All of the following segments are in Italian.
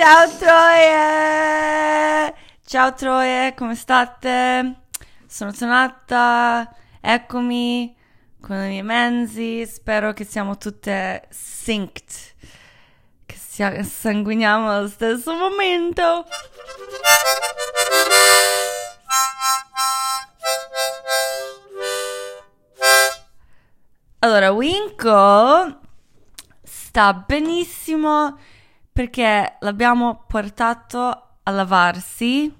Ciao Troie! Ciao Troie, come state? Sono tornata, eccomi con i miei mezzi, spero che siamo tutte synced, che sanguiniamo allo stesso momento. Allora, Winkle sta benissimo perché l'abbiamo portato a lavarsi.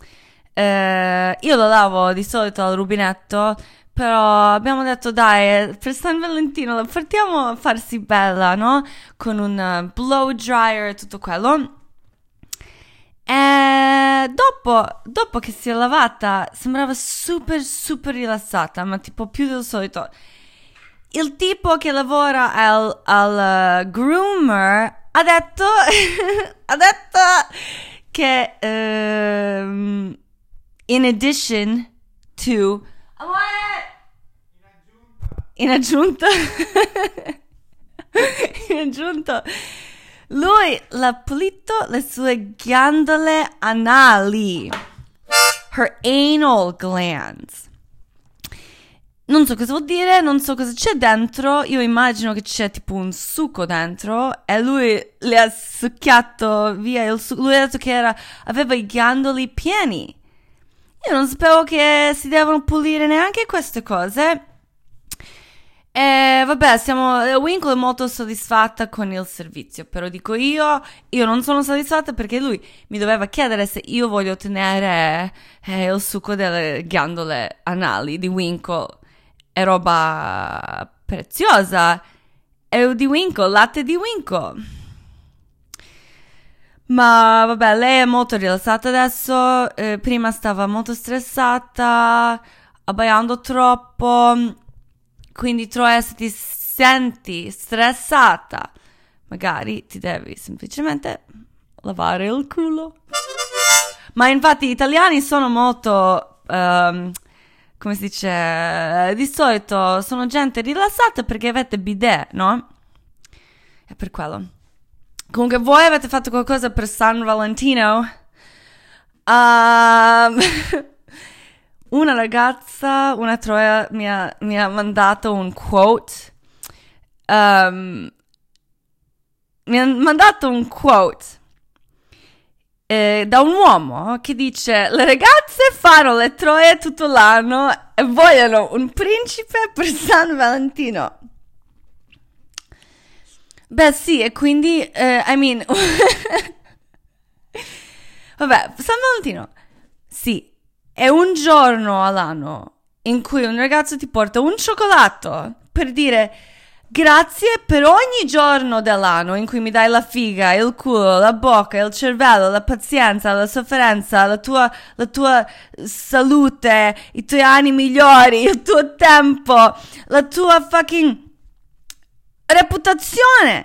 Io lo lavo di solito al rubinetto, però abbiamo detto dai, per San Valentino la portiamo a farsi bella, no? Con un blow dryer e tutto quello. E dopo che si è lavata sembrava super rilassata, ma tipo più del solito. Il tipo che lavora al groomer ha detto che in addition to in aggiunta lui l'ha pulito le sue ghiandole anali, her anal glands. Non so cosa vuol dire, non so cosa c'è dentro, io immagino che c'è tipo un succo dentro e lui le ha succhiato via il succo, lui ha detto che aveva i ghiandoli pieni. Io non sapevo che si devono pulire neanche queste cose. E vabbè, Winkle è molto soddisfatta con il servizio, però dico io non sono soddisfatta perché lui mi doveva chiedere se io voglio ottenere il succo delle ghiandole anali di Winkle. È roba preziosa, è di Winkle, latte di Winkle. Ma vabbè, lei è molto rilassata adesso, prima stava molto stressata, abbaiando troppo, quindi Troia, se ti senti stressata, magari ti devi semplicemente lavare il culo. Ma infatti gli italiani sono molto... come si dice, di solito sono gente rilassata perché avete bidet, no? È per quello. Comunque voi avete fatto qualcosa per San Valentino? Una ragazza, una Troia mi ha mandato un quote. Mi ha mandato un quote da un uomo che dice: le ragazze fanno le troie tutto l'anno e vogliono un principe per San Valentino. Beh sì, e quindi I mean vabbè, San Valentino sì, è un giorno all'anno in cui un ragazzo ti porta un cioccolato per dire grazie per ogni giorno dell'anno in cui mi dai la figa, il culo, la bocca, il cervello, la pazienza, la sofferenza, la tua salute, i tuoi anni migliori, il tuo tempo, la tua fucking reputazione.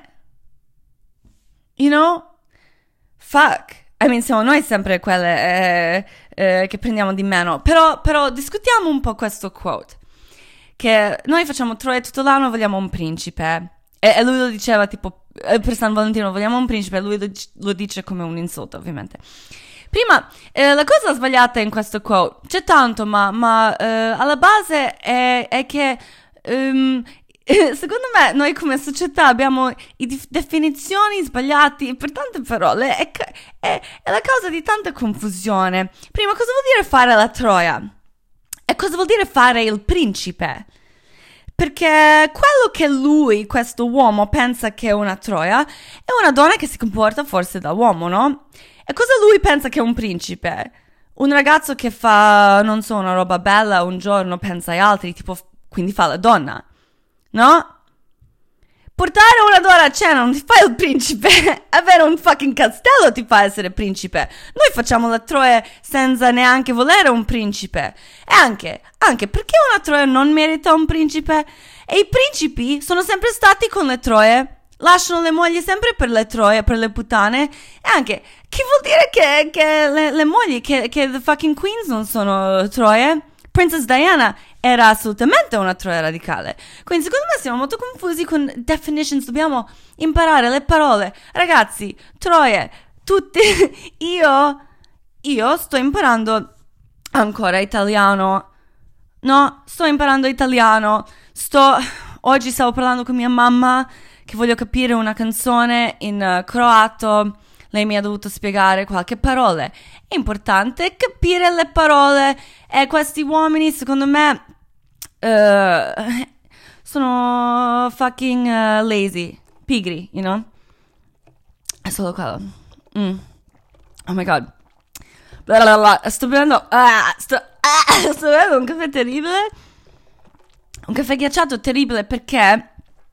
You know? Fuck. I mean, siamo noi sempre quelle che prendiamo di meno. Però discutiamo un po' questo quote. Che noi facciamo troie tutto l'anno, vogliamo un principe. E lui lo diceva tipo per San Valentino vogliamo un principe, lui lo dice come un insulto, ovviamente. Prima, la cosa sbagliata in questo quote, c'è tanto, ma alla base è che secondo me noi come società abbiamo definizioni sbagliate per tante parole, è la causa di tanta confusione. Prima, cosa vuol dire fare la troia? E cosa vuol dire fare il principe? Perché quello che lui, questo uomo, pensa che è una troia è una donna che si comporta forse da uomo, no? E cosa lui pensa che è un principe? Un ragazzo che fa, non so, una roba bella un giorno pensa agli altri, tipo, quindi fa la donna, no? Portare una donna a cena non ti fa il principe, avere un fucking castello ti fa essere principe. Noi facciamo la troia senza neanche volere un principe. E anche perché una troia non merita un principe? E i principi sono sempre stati con le troie, lasciano le mogli sempre per le troie, per le puttane. E anche, che vuol dire che le mogli, che the fucking queens non sono troie? Princess Diana era assolutamente una troia radicale. Quindi secondo me siamo molto confusi con definitions, dobbiamo imparare le parole. Ragazzi, troie, tutti, io sto imparando ancora italiano. No, sto imparando italiano. Oggi stavo parlando con mia mamma che voglio capire una canzone in croato. Lei mi ha dovuto spiegare qualche parola. È importante capire le parole. E questi uomini, secondo me, sono fucking lazy, pigri, you know? È solo quello. Oh my god. Sto bevendo un caffè terribile. Un caffè ghiacciato terribile perché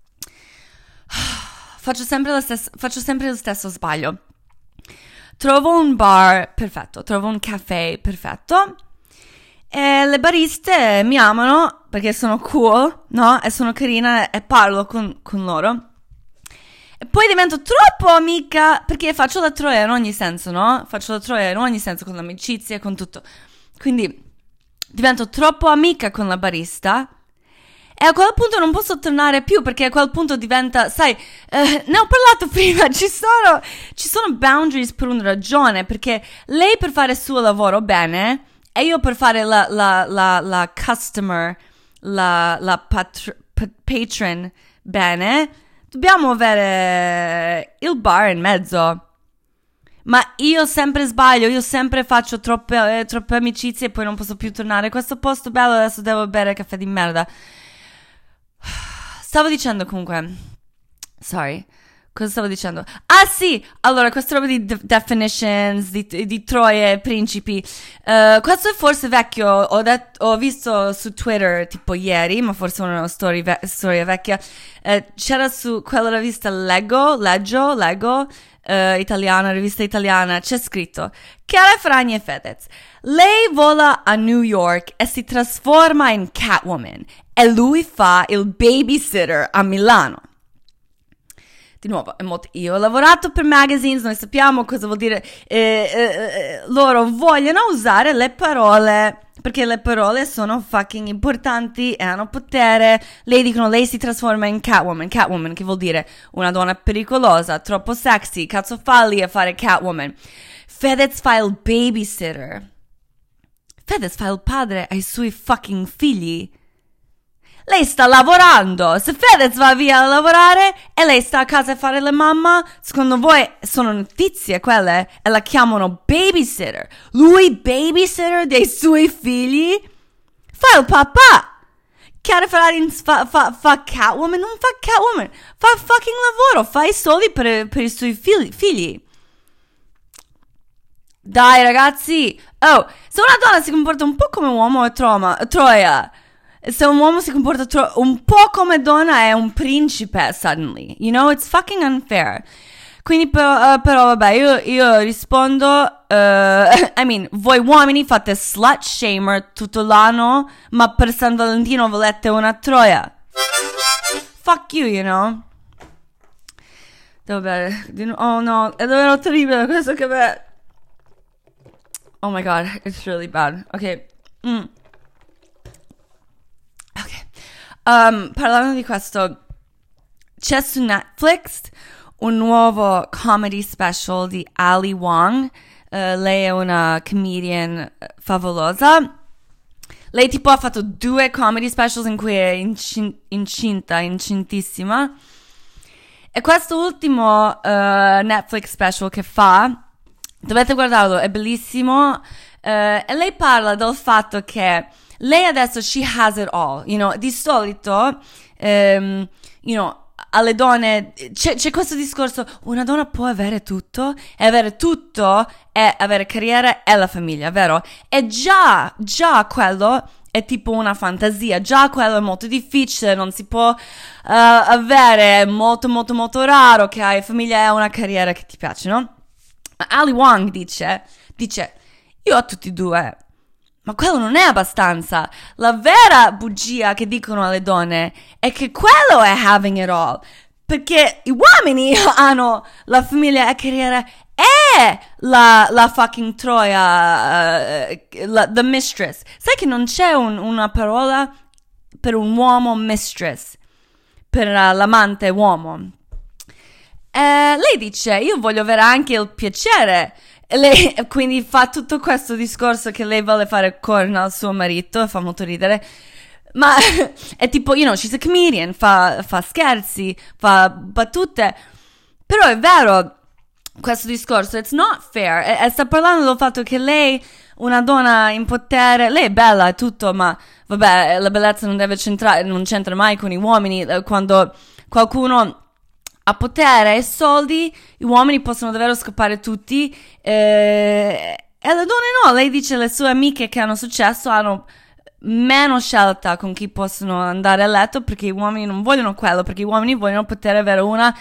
faccio sempre lo stesso sbaglio. Trovo un bar perfetto, trovo un caffè perfetto e le bariste mi amano perché sono cool, no? E sono carina e parlo con loro. E poi divento troppo amica perché faccio la troia in ogni senso, no? Faccio la troia in ogni senso con l'amicizia, con tutto. Quindi divento troppo amica con la barista e a quel punto non posso tornare più perché a quel punto diventa, sai, ne ho parlato prima, ci sono boundaries per una ragione, perché lei per fare il suo lavoro bene e io per fare la customer, la patron bene, dobbiamo avere il bar in mezzo. Ma io sempre sbaglio, io sempre faccio troppe amicizie e poi non posso più tornare. Questo posto bello, adesso devo bere caffè di merda. Stavo dicendo comunque, sorry, cosa stavo dicendo? Ah sì, allora questa roba di definitions, di troie, principi, questo è forse vecchio, ho visto su Twitter tipo ieri, ma forse una storia vecchia, c'era su quella rivista Leggo, italiana, rivista italiana, c'è scritto Chiara Ferragni e Fedez. Lei vola a New York e si trasforma in Catwoman e lui fa il babysitter a Milano. Di nuovo, io ho lavorato per magazines, noi sappiamo cosa vuol dire, loro vogliono usare le parole, perché le parole sono fucking importanti e hanno potere. Lei si trasforma in Catwoman, che vuol dire una donna pericolosa, troppo sexy, cazzo falli a fare Catwoman. Fedez fa il babysitter. Fedez fa il padre ai suoi fucking figli. Lei sta lavorando. Se Fedez va via a lavorare e lei sta a casa a fare la mamma, secondo voi sono notizie quelle? E la chiamano babysitter. Lui babysitter dei suoi figli? Fa il papà. Chiara Ferragni fa Catwoman? Non fa Catwoman. Fa fucking lavoro. Fa i soldi per i suoi figli. Dai ragazzi. Oh, se una donna si comporta un po' come un uomo è troia. Se un uomo si comporta un po' come donna è un principe suddenly, you know, it's fucking unfair. Quindi però vabbè, io rispondo, voi uomini fate slut shamer tutto l'anno, ma per San Valentino volete una troia. Fuck you know. Devo bere, oh no, è davvero terribile questo che beh. Oh my god, it's really bad. Ok. Parlando di questo, c'è su Netflix un nuovo comedy special di Ali Wong. Lei è una comedian favolosa. Lei tipo ha fatto 2 comedy specials in cui è incintissima. E questo ultimo Netflix special che fa, dovete guardarlo, è bellissimo. E lei parla del fatto che lei adesso she has it all, you know, di solito, you know, alle donne c'è questo discorso, una donna può avere tutto e avere carriera e la famiglia, vero? E già quello è tipo una fantasia, già quello è molto difficile, non si può avere, è molto molto molto raro che hai famiglia e una carriera che ti piace, no? Ma Ali Wong dice, io ho tutti e 2. Ma quello non è abbastanza. La vera bugia che dicono alle donne è che quello è having it all. Perché i uomini hanno la famiglia e carriera e la fucking troia, the mistress. Sai che non c'è una parola per un uomo mistress, per l'amante uomo. Lei dice, io voglio avere anche il piacere. Lei quindi fa tutto questo discorso che lei vuole fare corna al suo marito, e fa molto ridere. Ma è tipo, she's a comedian, fa scherzi, fa battute. Però è vero questo discorso, it's not fair. E sta parlando del fatto che lei, una donna in potere, lei è bella e tutto, ma vabbè, la bellezza non deve centrare, non c'entra mai con i uomini. Quando qualcuno ha potere e soldi, gli uomini possono davvero scappare tutti, e le donne no. Lei dice le sue amiche che hanno successo hanno meno scelta con chi possono andare a letto, perché gli uomini non vogliono quello, perché gli uomini vogliono poter avere una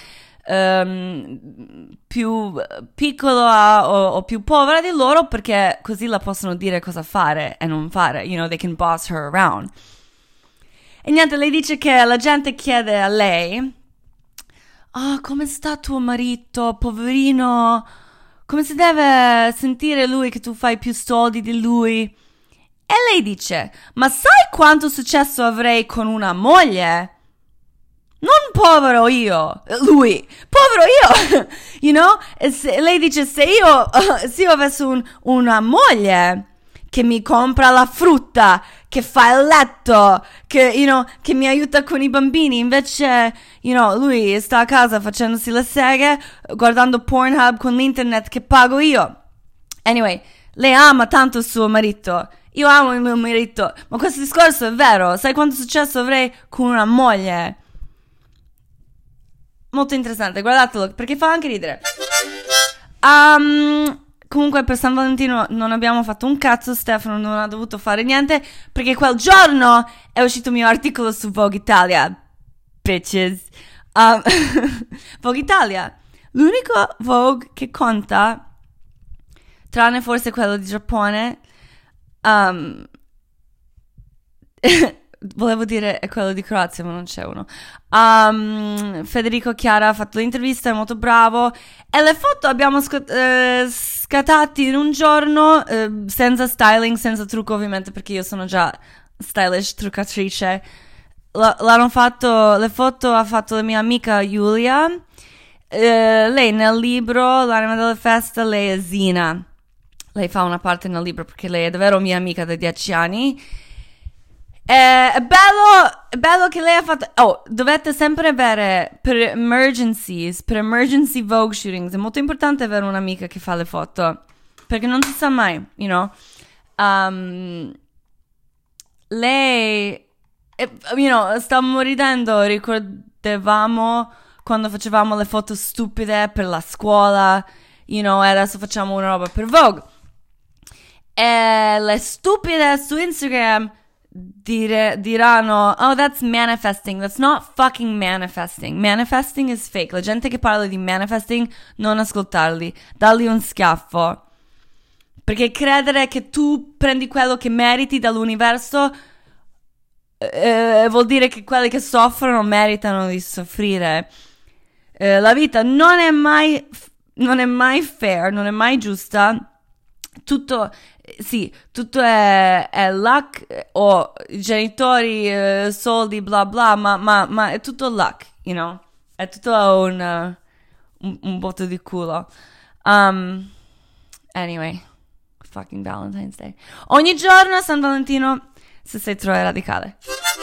più piccola o più povera di loro, perché così la possono dire cosa fare e non fare, they can boss her around. E niente, lei dice che la gente chiede a lei: come sta tuo marito, poverino, come si deve sentire lui che tu fai più soldi di lui? E lei dice: ma sai quanto successo avrei con una moglie? Non povero io, lui, povero io, E lei dice, se io avessi una moglie che mi compra la frutta, che fa il letto, che mi aiuta con i bambini, invece, lui sta a casa facendosi le seghe, guardando Pornhub con l'internet che pago io. Anyway, lei ama tanto il suo marito. Io amo il mio marito, ma questo discorso è vero. Sai quanto successo avrei con una moglie? Molto interessante, guardatelo, perché fa anche ridere. Comunque per San Valentino non abbiamo fatto un cazzo, Stefano non ha dovuto fare niente, perché quel giorno è uscito il mio articolo su Vogue Italia. Bitches. Vogue Italia, l'unico Vogue che conta, tranne forse quello di Giappone. Volevo dire è quello di Croazia, ma non c'è uno. Federico Chiara ha fatto l'intervista, è molto bravo. E le foto abbiamo scattati in un giorno, senza styling, senza trucco ovviamente, perché io sono già stylish truccatrice. L'hanno fatto, le foto ha fatto la mia amica Giulia. Lei nel libro, l'anima della festa, lei è Zina. Lei fa una parte nel libro perché lei è davvero mia amica da 10 anni. È bello che lei ha fatto. Dovete sempre avere per emergency Vogue shootings. È molto importante avere un'amica che fa le foto, perché non si sa mai, lei, stavamo ridendo, ricordavamo quando facevamo le foto stupide per la scuola, e adesso facciamo una roba per Vogue. E le stupide su Instagram diranno, that's manifesting. That's not fucking manifesting. Manifesting is fake. La gente che parla di manifesting, non ascoltarli, dargli un schiaffo, perché credere che tu prendi quello che meriti dall'universo vuol dire che quelli che soffrono meritano di soffrire. La vita non è mai fair, non è mai giusta. Tutto è luck, o genitori, soldi, bla bla, ma è tutto luck, è tutto un botto di culo. Anyway, fucking Valentine's Day. Ogni giorno a San Valentino, se sei troia radicale.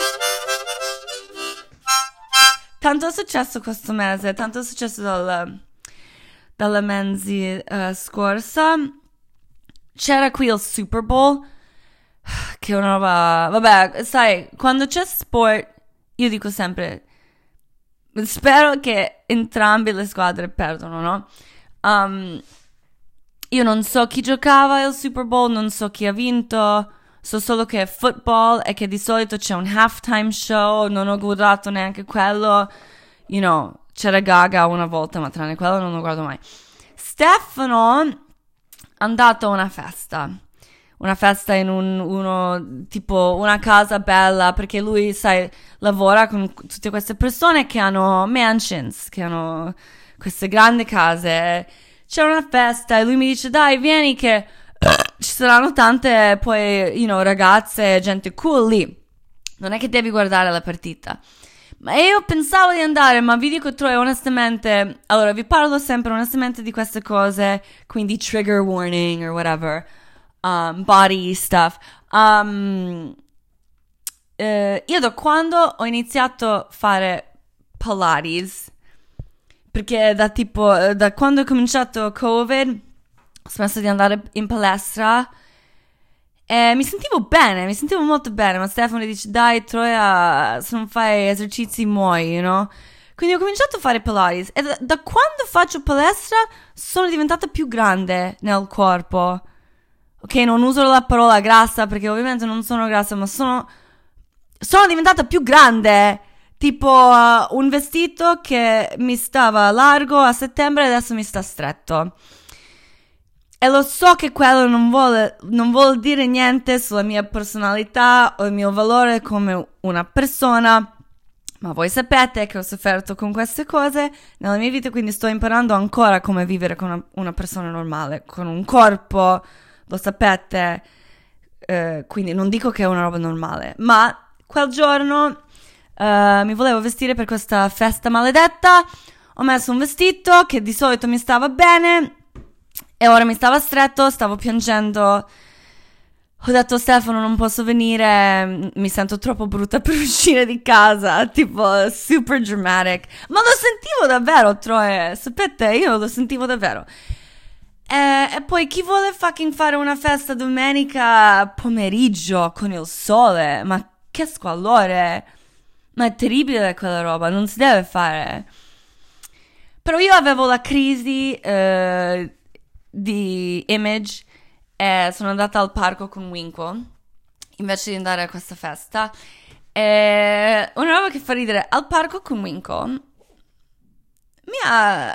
Tanto è successo questo mese, tanto è successo dalla Menzi scorsa. C'era qui il Super Bowl, che è una roba. Vabbè, sai, quando c'è sport, io dico sempre, spero che entrambe le squadre perdono, no? Io non so chi giocava il Super Bowl, non so chi ha vinto, so solo che è football e che di solito c'è un halftime show. Non ho guardato neanche quello, c'era Gaga una volta, ma tranne quello non lo guardo mai. Stefano andato a una festa in tipo una casa bella, perché lui, sai, lavora con tutte queste persone che hanno mansions, che hanno queste grandi case. C'era una festa e lui mi dice: dai, vieni che ci saranno tante poi, ragazze, gente cool lì, non è che devi guardare la partita. Ma io pensavo di andare, ma vi dico Troia, onestamente, allora vi parlo sempre onestamente di queste cose, quindi trigger warning or whatever, body stuff. Io da quando ho iniziato a fare Pilates, perché da quando ho cominciato Covid, ho smesso di andare in palestra. Mi sentivo molto bene, ma Stefano dice, dai Troia, se non fai esercizi muoio, you know? Quindi ho cominciato a fare Pilates e da quando faccio palestra sono diventata più grande nel corpo. Ok, non uso la parola grassa perché ovviamente non sono grassa, ma sono diventata più grande. Tipo un vestito che mi stava largo a settembre e adesso mi sta stretto. E lo so che quello non vuol dire niente sulla mia personalità o il mio valore come una persona, ma voi sapete che ho sofferto con queste cose nella mia vita, quindi sto imparando ancora come vivere con una persona normale, con un corpo, lo sapete, quindi non dico che è una roba normale, ma quel giorno mi volevo vestire per questa festa maledetta, ho messo un vestito che di solito mi stava bene, e ora mi stava stretto, stavo piangendo. Ho detto Stefano non posso venire, mi sento troppo brutta per uscire di casa, tipo super dramatic. Ma lo sentivo davvero, Troie, sapete, io lo sentivo davvero. E poi chi vuole fucking fare una festa domenica pomeriggio con il sole? Ma che squallore, ma è terribile quella roba, non si deve fare. Però io avevo la crisi di image e sono andata al parco con Winkle invece di andare a questa festa. E una roba che fa ridere, al parco con Winkle mi ha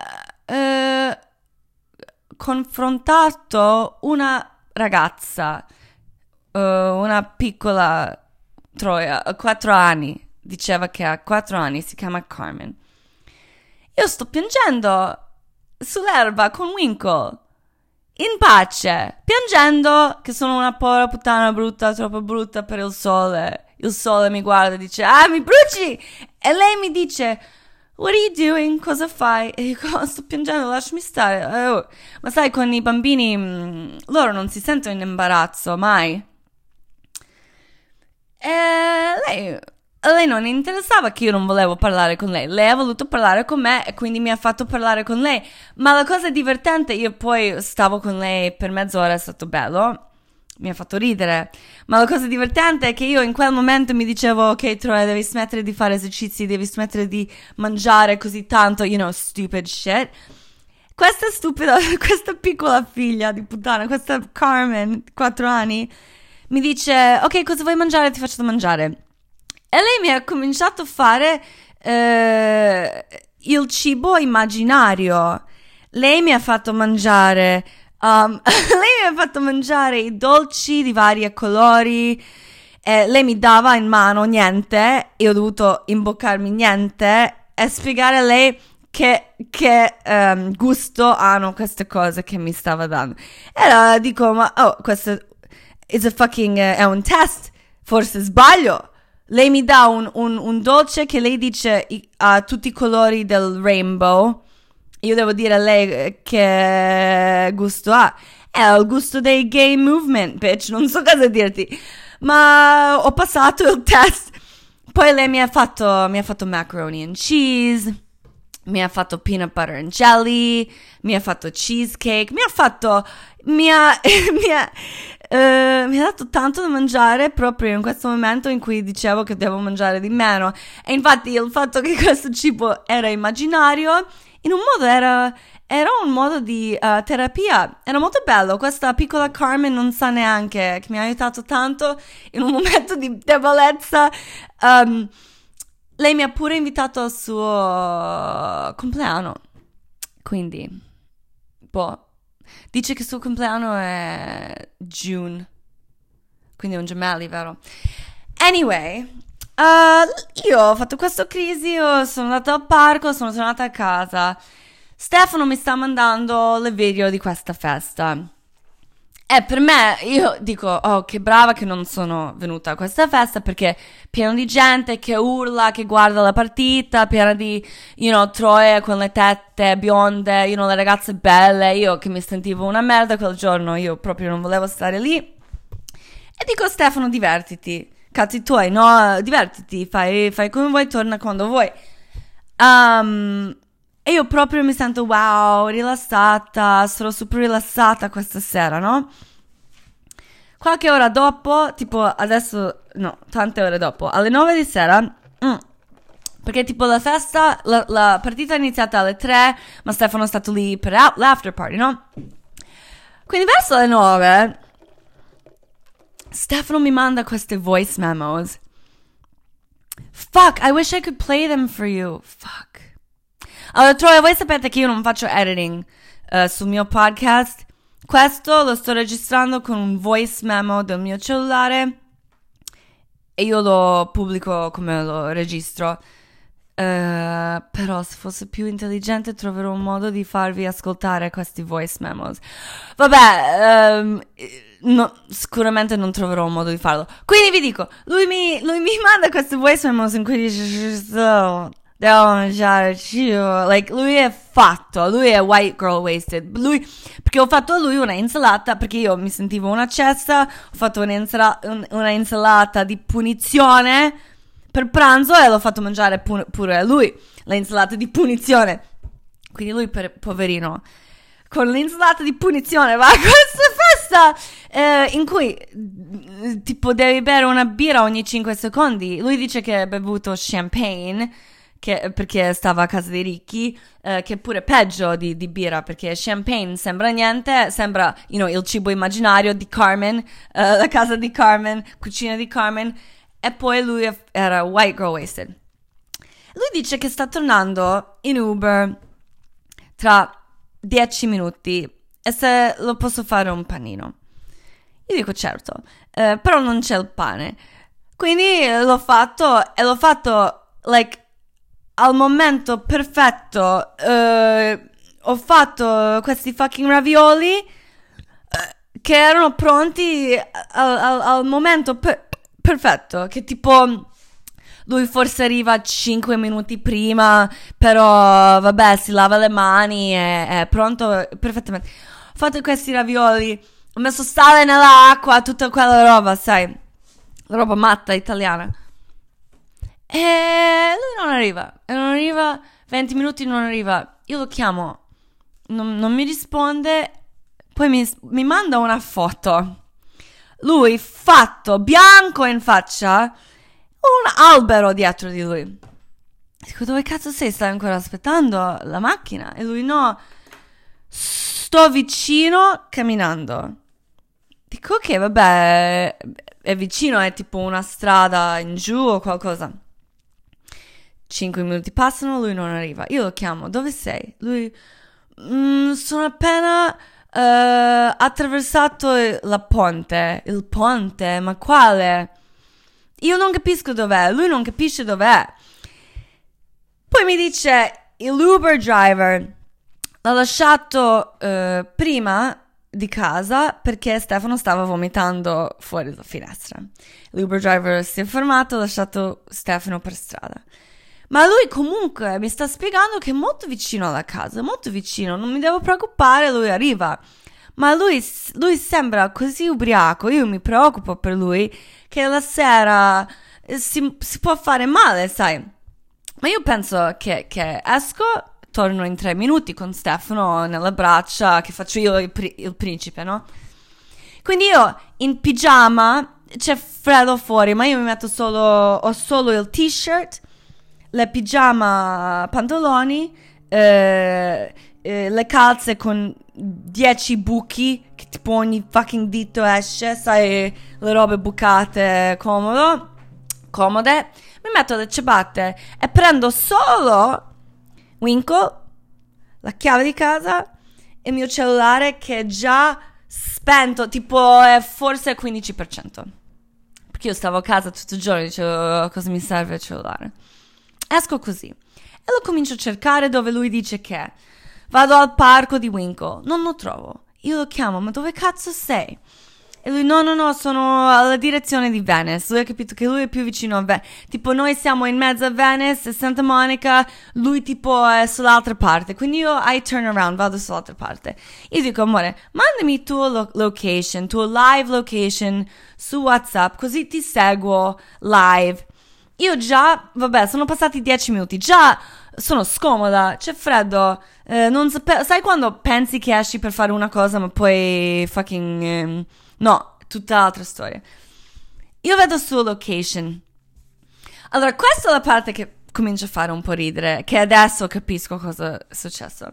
confrontato una ragazza, una piccola Troia, 4 anni, diceva che ha 4 anni, si chiama Carmen. Io sto piangendo sull'erba con Winkle in pace, piangendo che sono una povera puttana brutta, troppo brutta per il sole. Il sole mi guarda e dice, ah, mi bruci! E lei mi dice, what are you doing? Cosa fai? E dico, oh, sto piangendo, lasciami stare. Oh. Ma sai, con i bambini, loro non si sentono in imbarazzo, mai. E lei non interessava che io non volevo parlare con lei. Lei ha voluto parlare con me e quindi mi ha fatto parlare con lei. Ma la cosa divertente, io poi stavo con lei per mezz'ora, è stato bello, mi ha fatto ridere. Ma la cosa divertente è che io in quel momento mi dicevo, ok Troia, devi smettere di fare esercizi, devi smettere di mangiare così tanto, you know, stupid shit. Questa stupida, questa piccola figlia di puttana, questa Carmen, 4 anni, mi dice, ok, cosa vuoi mangiare? Ti faccio da mangiare. E lei mi ha cominciato a fare il cibo immaginario. Lei mi ha fatto mangiare i dolci di vari colori. Lei mi dava in mano niente. Io ho dovuto imboccarmi niente e spiegare a lei che gusto hanno queste cose che mi stava dando. E allora dico, ma questo è un test. Forse sbaglio. Lei mi dà un dolce che lei dice ha tutti i colori del rainbow. Io devo dire a lei che gusto ha. È il gusto dei gay movement, bitch. Non so cosa dirti. Ma ho passato il test. Poi lei mi ha fatto macaroni and cheese. Mi ha fatto peanut butter and jelly. Mi ha fatto cheesecake. Mi ha dato tanto da mangiare proprio in questo momento in cui dicevo che devo mangiare di meno. E infatti il fatto che questo cibo era immaginario, in un modo era un modo di terapia. Era molto bello. Questa piccola Carmen non sa neanche che mi ha aiutato tanto in un momento di debolezza. Lei mi ha pure invitato al suo compleanno. Quindi, dice che il suo compleanno è June, quindi è un gemelli, vero? Anyway, io ho fatto questa crisi, io sono andata al parco, sono tornata a casa. Stefano mi sta mandando le video di questa festa E per me, io dico, oh, che brava che non sono venuta a questa festa perché è pieno di gente che urla, che guarda la partita, piena di, troie con le tette bionde, le ragazze belle, io che mi sentivo una merda quel giorno, io proprio non volevo stare lì. E dico, Stefano, divertiti, cazzi tuoi, no? Divertiti, fai come vuoi, torna quando vuoi. E io proprio mi sento wow, rilassata, sarò super rilassata questa sera, no? Qualche ora dopo, tipo adesso, no, tante ore dopo, alle 9 di sera, perché tipo la festa, la partita è iniziata alle 3, ma Stefano è stato lì per l'after party, no? Quindi verso le 9, Stefano mi manda queste voice memos. Fuck, I wish I could play them for you. Fuck. Allora, Troia, voi sapete che io non faccio editing sul mio podcast. Questo lo sto registrando con un voice memo del mio cellulare e io lo pubblico come lo registro. Però se fosse più intelligente troverò un modo di farvi ascoltare questi voice memos. Vabbè, no, sicuramente non troverò un modo di farlo. Quindi vi dico, lui mi manda questi voice memos in cui dice devo mangiare cibo, like, lui è fatto, lui è white girl wasted, perché ho fatto a lui una insalata, perché io mi sentivo una cessa, ho fatto una insalata di punizione per pranzo e l'ho fatto mangiare pure a lui, l'insalata di punizione, quindi lui poverino, con l'insalata di punizione va a questa festa in cui tipo devi bere una birra ogni 5 secondi, lui dice che ha bevuto champagne, perché stava a casa dei ricchi, che è pure peggio di birra, perché champagne sembra niente, sembra, il cibo immaginario di Carmen, la casa di Carmen, cucina di Carmen, e poi lui era white girl wasted. Lui dice che sta tornando in Uber tra 10 minuti e se lo posso fare un panino. Io dico certo, però non c'è il pane. Quindi l'ho fatto, like, al momento perfetto. Ho fatto questi fucking ravioli che erano pronti al momento perfetto, che tipo lui forse arriva 5 minuti prima, però vabbè, si lava le mani, è pronto perfettamente. Ho fatto questi ravioli, ho messo sale nell'acqua, tutta quella roba, sai, la roba matta italiana. E lui non arriva, 20 minuti non arriva, io lo chiamo, non mi risponde, poi mi manda una foto, lui fatto, bianco in faccia, un albero dietro di lui. Dico, dove cazzo sei? Stai ancora aspettando la macchina? E lui, no, sto vicino camminando. Dico, ok, vabbè, è vicino, è tipo una strada in giù o qualcosa. 5 minuti passano, lui non arriva. Io lo chiamo, dove sei? Lui, sono appena attraversato il ponte, ma quale? Io non capisco dov'è, lui non capisce dov'è. Poi mi dice, l'Uber driver l'ha lasciato prima di casa perché Stefano stava vomitando fuori dalla finestra. L'Uber driver si è fermato, ha lasciato Stefano per strada. Ma lui comunque mi sta spiegando che è molto vicino alla casa, molto vicino, non mi devo preoccupare, lui arriva. Ma lui sembra così ubriaco, io mi preoccupo per lui, che la sera si può fare male, sai. Ma io penso che esco, torno in 3 minuti con Stefano nelle braccia, che faccio io il principe, no? Quindi io in pigiama, c'è freddo fuori, ma io mi metto ho solo il t-shirt, le pigiama pantaloni, le calze con 10 buchi, che tipo ogni fucking dito esce, sai, le robe bucate, comode. Mi metto le ciabatte e prendo solo Winkle, la chiave di casa e il mio cellulare che è già spento, tipo è forse al 15%. Perché io stavo a casa tutto il giorno e dicevo, cosa mi serve il cellulare? Esco così e lo comincio a cercare dove lui dice che è. Vado al parco di Winkle, non lo trovo. Io lo chiamo, ma dove cazzo sei? E lui, no, sono alla direzione di Venice. Lui ha capito che lui è più vicino a Venice. Tipo, noi siamo in mezzo a Venice e Santa Monica, lui tipo è sull'altra parte. Quindi io, I turn around, vado sull'altra parte. Io dico, amore, mandami tuo location, tuo live location su WhatsApp, così ti seguo live. Io già, vabbè, sono passati 10 minuti, già sono scomoda, c'è freddo, non sai quando pensi che esci per fare una cosa ma poi fucking... no, tutta altra storia. Io vedo suo location. Allora, questa è la parte che comincia a fare un po' ridere, che adesso capisco cosa è successo.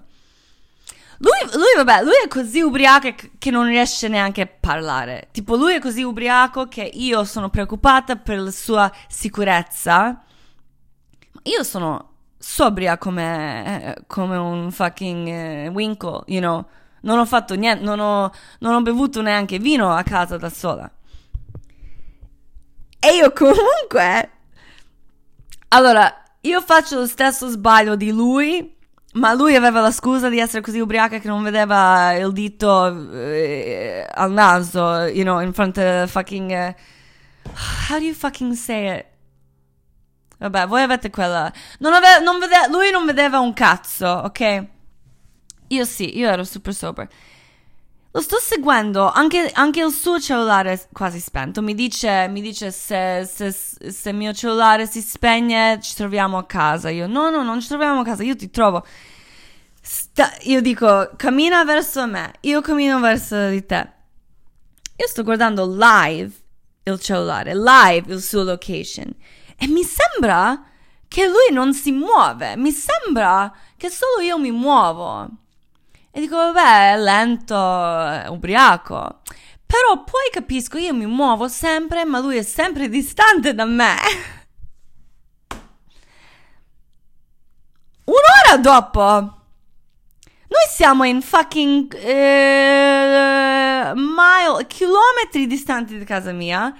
Lui è così ubriaco che non riesce neanche a parlare. Tipo, lui è così ubriaco che io sono preoccupata per la sua sicurezza. Io sono sobria come un fucking Winkle, you know. Non ho fatto niente, non ho bevuto neanche vino a casa da sola. E io comunque... Allora, io faccio lo stesso sbaglio di lui... Ma lui aveva la scusa di essere così ubriaca che non vedeva il dito al naso, you know, in front of fucking... how do you fucking say it? Vabbè, voi avete quella... lui non vedeva un cazzo, ok? Io sì, io ero super sober. Lo sto seguendo, anche il suo cellulare è quasi spento. Mi dice se il mio cellulare si spegne ci troviamo a casa. Io no, non ci troviamo a casa, io ti trovo. Io dico, cammina verso me, io cammino verso di te. Io sto guardando live il cellulare, live il suo location. E mi sembra che lui non si muove, mi sembra che solo io mi muovo. E dico, vabbè, è lento, è ubriaco. Però poi capisco, io mi muovo sempre, ma lui è sempre distante da me. Un'ora dopo, noi siamo in fucking chilometri distanti da casa mia.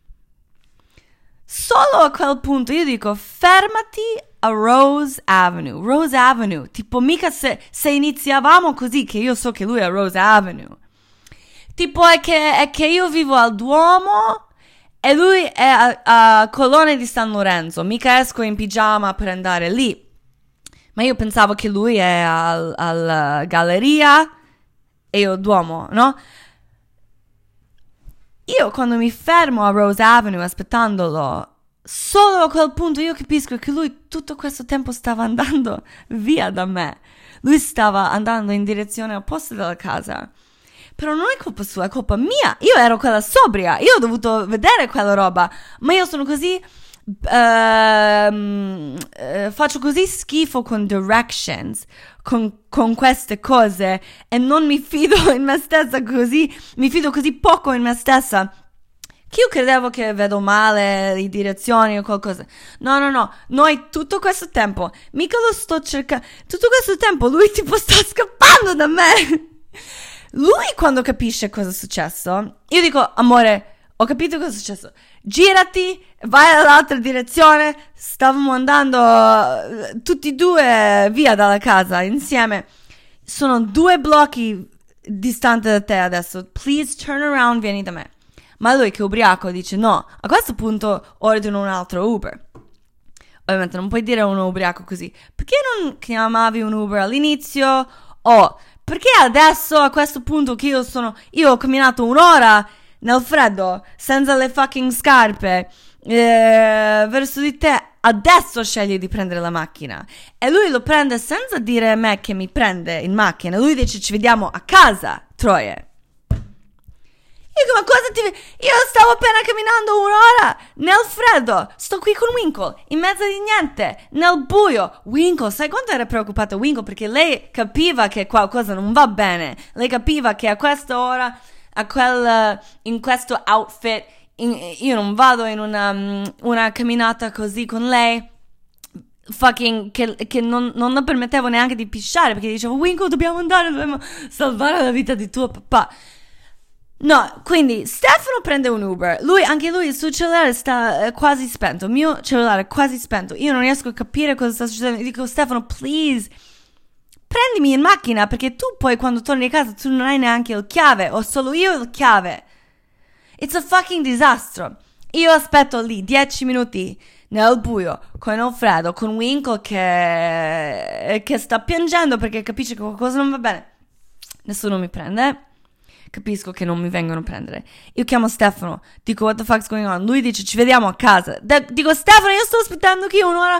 Solo a quel punto io dico, fermati a Rose Avenue, tipo mica se iniziavamo così, che io so che lui è a Rose Avenue, tipo è che io vivo al Duomo e lui è a Colonna di San Lorenzo, mica esco in pigiama per andare lì, ma io pensavo che lui è al Galleria e io Duomo, no? Io quando mi fermo a Rose Avenue aspettandolo, solo a quel punto io capisco che lui tutto questo tempo stava andando via da me. Lui stava andando in direzione opposta della casa. Però non è colpa sua, è colpa mia. Io ero quella sobria, io ho dovuto vedere quella roba. Ma io sono così... faccio così schifo con directions, con queste cose, e non mi fido in me stessa così, mi fido così poco in me stessa che io credevo che vedo male le direzioni o qualcosa. No, noi tutto questo tempo, mica lo sto cercando, tutto questo tempo lui tipo sta scappando da me. Lui quando capisce cosa è successo, io dico, amore, ho capito cosa è successo, girati, vai all'altra direzione. Stavamo andando tutti e due via dalla casa insieme. Sono 2 blocchi distante da te adesso. Please turn around, vieni da me. Ma lui che ubriaco dice no, a questo punto ordino un altro Uber. Ovviamente non puoi dire a uno ubriaco così. Perché non chiamavi un Uber all'inizio? Perché adesso a questo punto che io ho camminato un'ora nel freddo, senza le fucking scarpe, verso di te, adesso scegli di prendere la macchina. E lui lo prende senza dire a me che mi prende in macchina. Lui dice ci vediamo a casa, troie. Io ma cosa io stavo appena camminando un'ora nel freddo, sto qui con Winkle, in mezzo di niente, nel buio. Winkle, sai quanto era preoccupata Winkle? Perché lei capiva che qualcosa non va bene. Lei capiva che a questa ora, in questo outfit, io non vado in una camminata così con lei, fucking, che non la permettevo neanche di pisciare, perché dicevo Winkle dobbiamo salvare la vita di tuo papà. No, quindi Stefano prende un Uber, anche lui il suo cellulare sta quasi spento, il mio cellulare è quasi spento, io non riesco a capire cosa sta succedendo. Io dico Stefano, please prendimi in macchina, perché tu poi quando torni a casa tu non hai neanche il chiave, ho solo io il chiave. It's a fucking disastro. Io aspetto lì 10 minuti nel buio, con il freddo, con Winkle che sta piangendo perché capisce che qualcosa non va bene. Nessuno mi prende. Capisco che non mi vengono a prendere. Io chiamo Stefano, dico what the fuck's going on. Lui dice ci vediamo a casa. Dico Stefano, io sto aspettando qui un'ora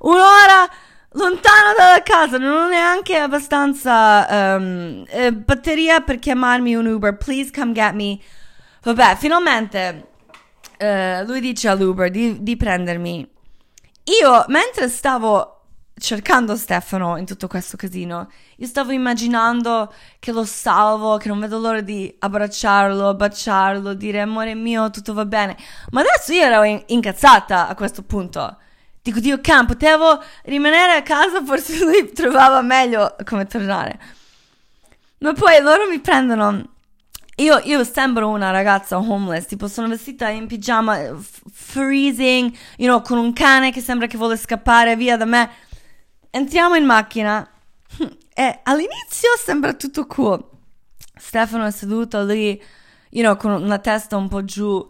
lontano dalla casa, non ho neanche abbastanza batteria per chiamarmi un Uber. Please come get me. Vabbè, finalmente lui dice all'Uber di prendermi. Io, mentre stavo cercando Stefano in tutto questo casino, io stavo immaginando che lo salvo, che non vedo l'ora di abbracciarlo, baciarlo, dire amore mio, tutto va bene. Ma adesso io ero incazzata a questo punto. Dico, Dio can, potevo rimanere a casa, forse lui trovava meglio come tornare. Ma poi loro mi prendono. Io sembro una ragazza homeless, tipo sono vestita in pigiama, freezing, con un cane che sembra che vuole scappare via da me. Entriamo in macchina e all'inizio sembra tutto cool. Stefano è seduto lì, con la testa un po' giù,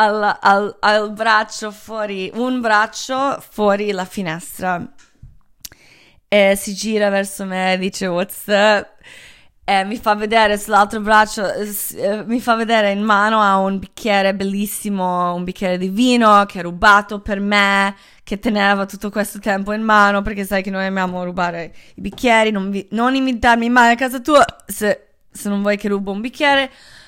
al braccio fuori, un braccio fuori la finestra. E si gira verso me e dice what's up? E mi fa vedere sull'altro braccio, mi fa vedere in mano a un bicchiere bellissimo, un bicchiere di vino che ha rubato per me, che teneva tutto questo tempo in mano, perché sai che noi amiamo rubare i bicchieri, non invitarmi mai a casa tua se non vuoi che rubo un bicchiere.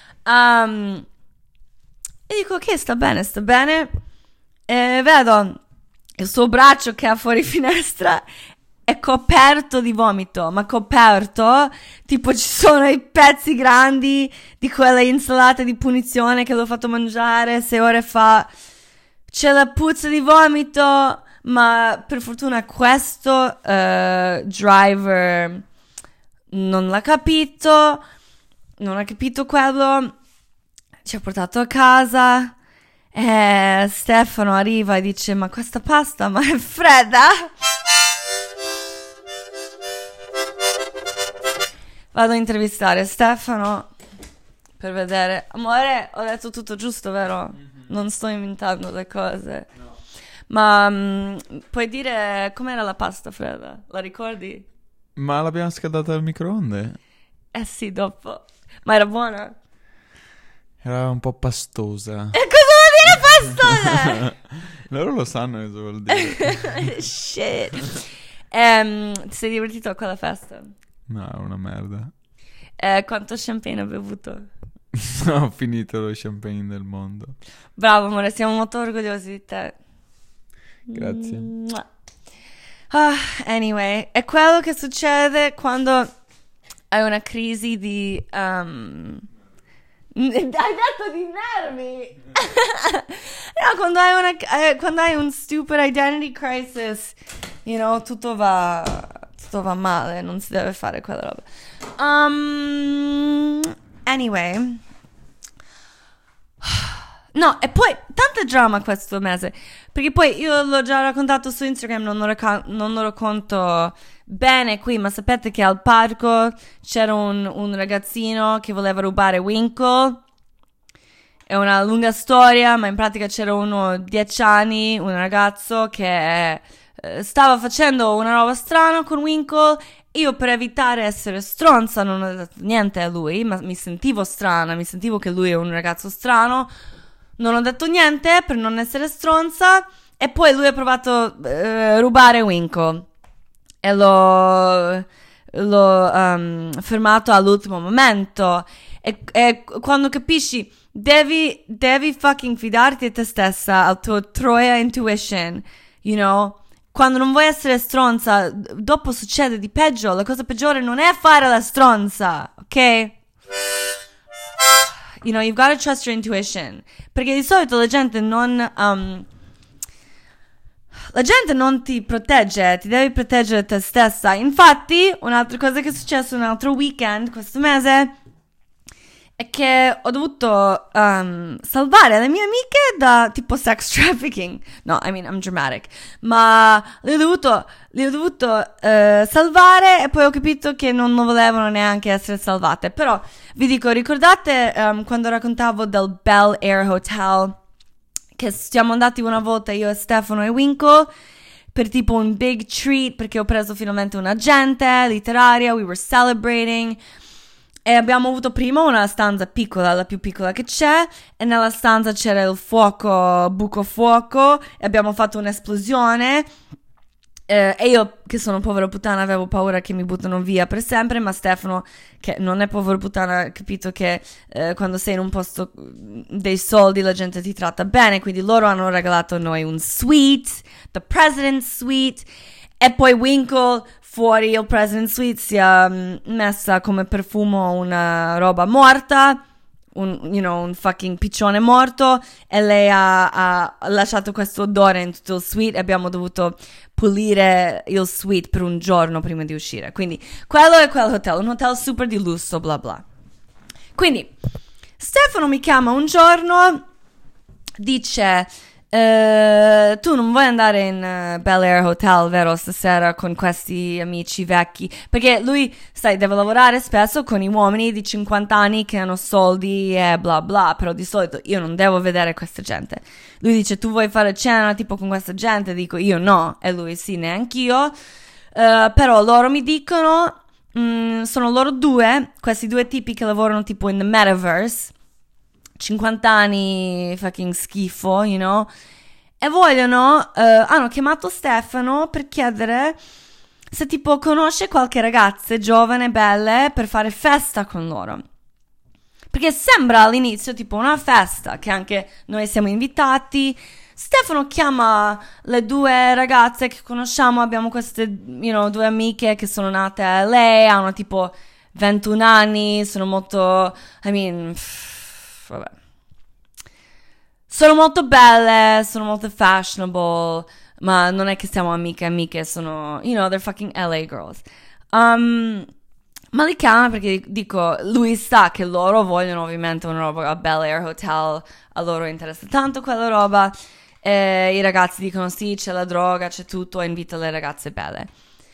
E dico ok, sta bene, e vedo il suo braccio che ha fuori finestra è coperto di vomito, ma coperto, tipo ci sono i pezzi grandi di quelle insalate di punizione che l'ho fatto mangiare 6 ore fa, c'è la puzza di vomito, ma per fortuna questo driver non l'ha capito, non ha capito quello, ci ha portato a casa e Stefano arriva e dice ma questa pasta ma è fredda? Vado a intervistare Stefano per vedere. Amore, ho detto tutto giusto, vero? Non sto inventando le cose. No. Ma puoi dire com'era la pasta fredda? La ricordi? Ma l'abbiamo scaldata al microonde? Eh sì, dopo. Ma era buona? Era un po' pastosa. E cosa vuol dire pastosa? Loro lo sanno cosa vuol dire. Shit. Ti sei divertito a quella festa? No, è una merda. Quanto champagne hai bevuto? Ho finito lo champagne del mondo. Bravo amore, siamo molto orgogliosi di te. Grazie. Anyway, è quello che succede quando hai una crisi di hai detto di nervi. No, quando hai un stupid identity crisis, tutto va male, non si deve fare quella roba. Anyway. No, e poi tanta drama questo mese, perché poi io l'ho già raccontato su Instagram, non lo racconto bene qui, ma sapete che al parco c'era un ragazzino che voleva rubare Winkle. È una lunga storia, ma in pratica c'era uno 10 anni, un ragazzo che stava facendo una roba strana con Winkle. Io per evitare essere stronza non ho detto niente a lui, ma mi sentivo strana, mi sentivo che lui è un ragazzo strano, non ho detto niente per non essere stronza, e poi lui ha provato a rubare Winkle e l'ho fermato all'ultimo momento, e quando capisci devi fucking fidarti di te stessa, al tuo Troia intuition, quando non vuoi essere stronza, dopo succede di peggio. La cosa peggiore non è fare la stronza, ok? You've got to trust your intuition. Perché di solito la gente non ti protegge, ti devi proteggere te stessa. Infatti, un'altra cosa che è successo un altro weekend questo mese è che ho dovuto salvare le mie amiche da tipo sex trafficking. No, I mean, I'm dramatic. Ma le ho dovuto salvare e poi ho capito che non volevano neanche essere salvate. Però vi dico, ricordate quando raccontavo del Bel Air Hotel? Che siamo andati una volta io e Stefano e Winkle per tipo un big treat perché ho preso finalmente un agente letteraria, we were celebrating e abbiamo avuto prima una stanza piccola, la più piccola che c'è, e nella stanza c'era il fuoco, buco fuoco, e abbiamo fatto un'esplosione. E io, che sono povera puttana, avevo paura che mi buttano via per sempre, ma Stefano, che non è povera puttana, ha capito che quando sei in un posto dei soldi la gente ti tratta bene, quindi loro hanno regalato a noi un suite, the President's Suite, e poi Winkle fuori il President's Suite si è messa come profumo una roba morta, un fucking piccione morto, e lei ha lasciato questo odore in tutto il suite e abbiamo dovuto pulire il suite per un giorno prima di uscire. Quindi quello è quel hotel, un hotel super di lusso, bla bla. Quindi Stefano mi chiama un giorno, dice tu non vuoi andare in Bel Air Hotel, vero, stasera con questi amici vecchi? Perché lui, sai, deve lavorare spesso con i uomini di 50 anni che hanno soldi e bla bla, però di solito io non devo vedere questa gente. Lui dice, tu vuoi fare cena tipo con questa gente? Dico, io no, e lui sì, neanch'io. Però loro mi dicono, sono loro due, questi due tipi che lavorano tipo in the metaverse, 50 anni fucking schifo, you know, e hanno chiamato Stefano per chiedere se tipo conosce qualche ragazza giovane, belle, per fare festa con loro. Perché sembra all'inizio tipo una festa, che anche noi siamo invitati. Stefano chiama le due ragazze che conosciamo, abbiamo queste, due amiche che sono nate a LA, hanno tipo 21 anni, sono molto, vabbè. Sono molto belle, sono molto fashionable, ma non è che siamo amiche, sono, they're fucking LA girls. Ma li chiama perché dico, lui sa che loro vogliono ovviamente una roba a Bel Air Hotel, a loro interessa tanto quella roba, e i ragazzi dicono sì, c'è la droga, c'è tutto, e invita le ragazze belle.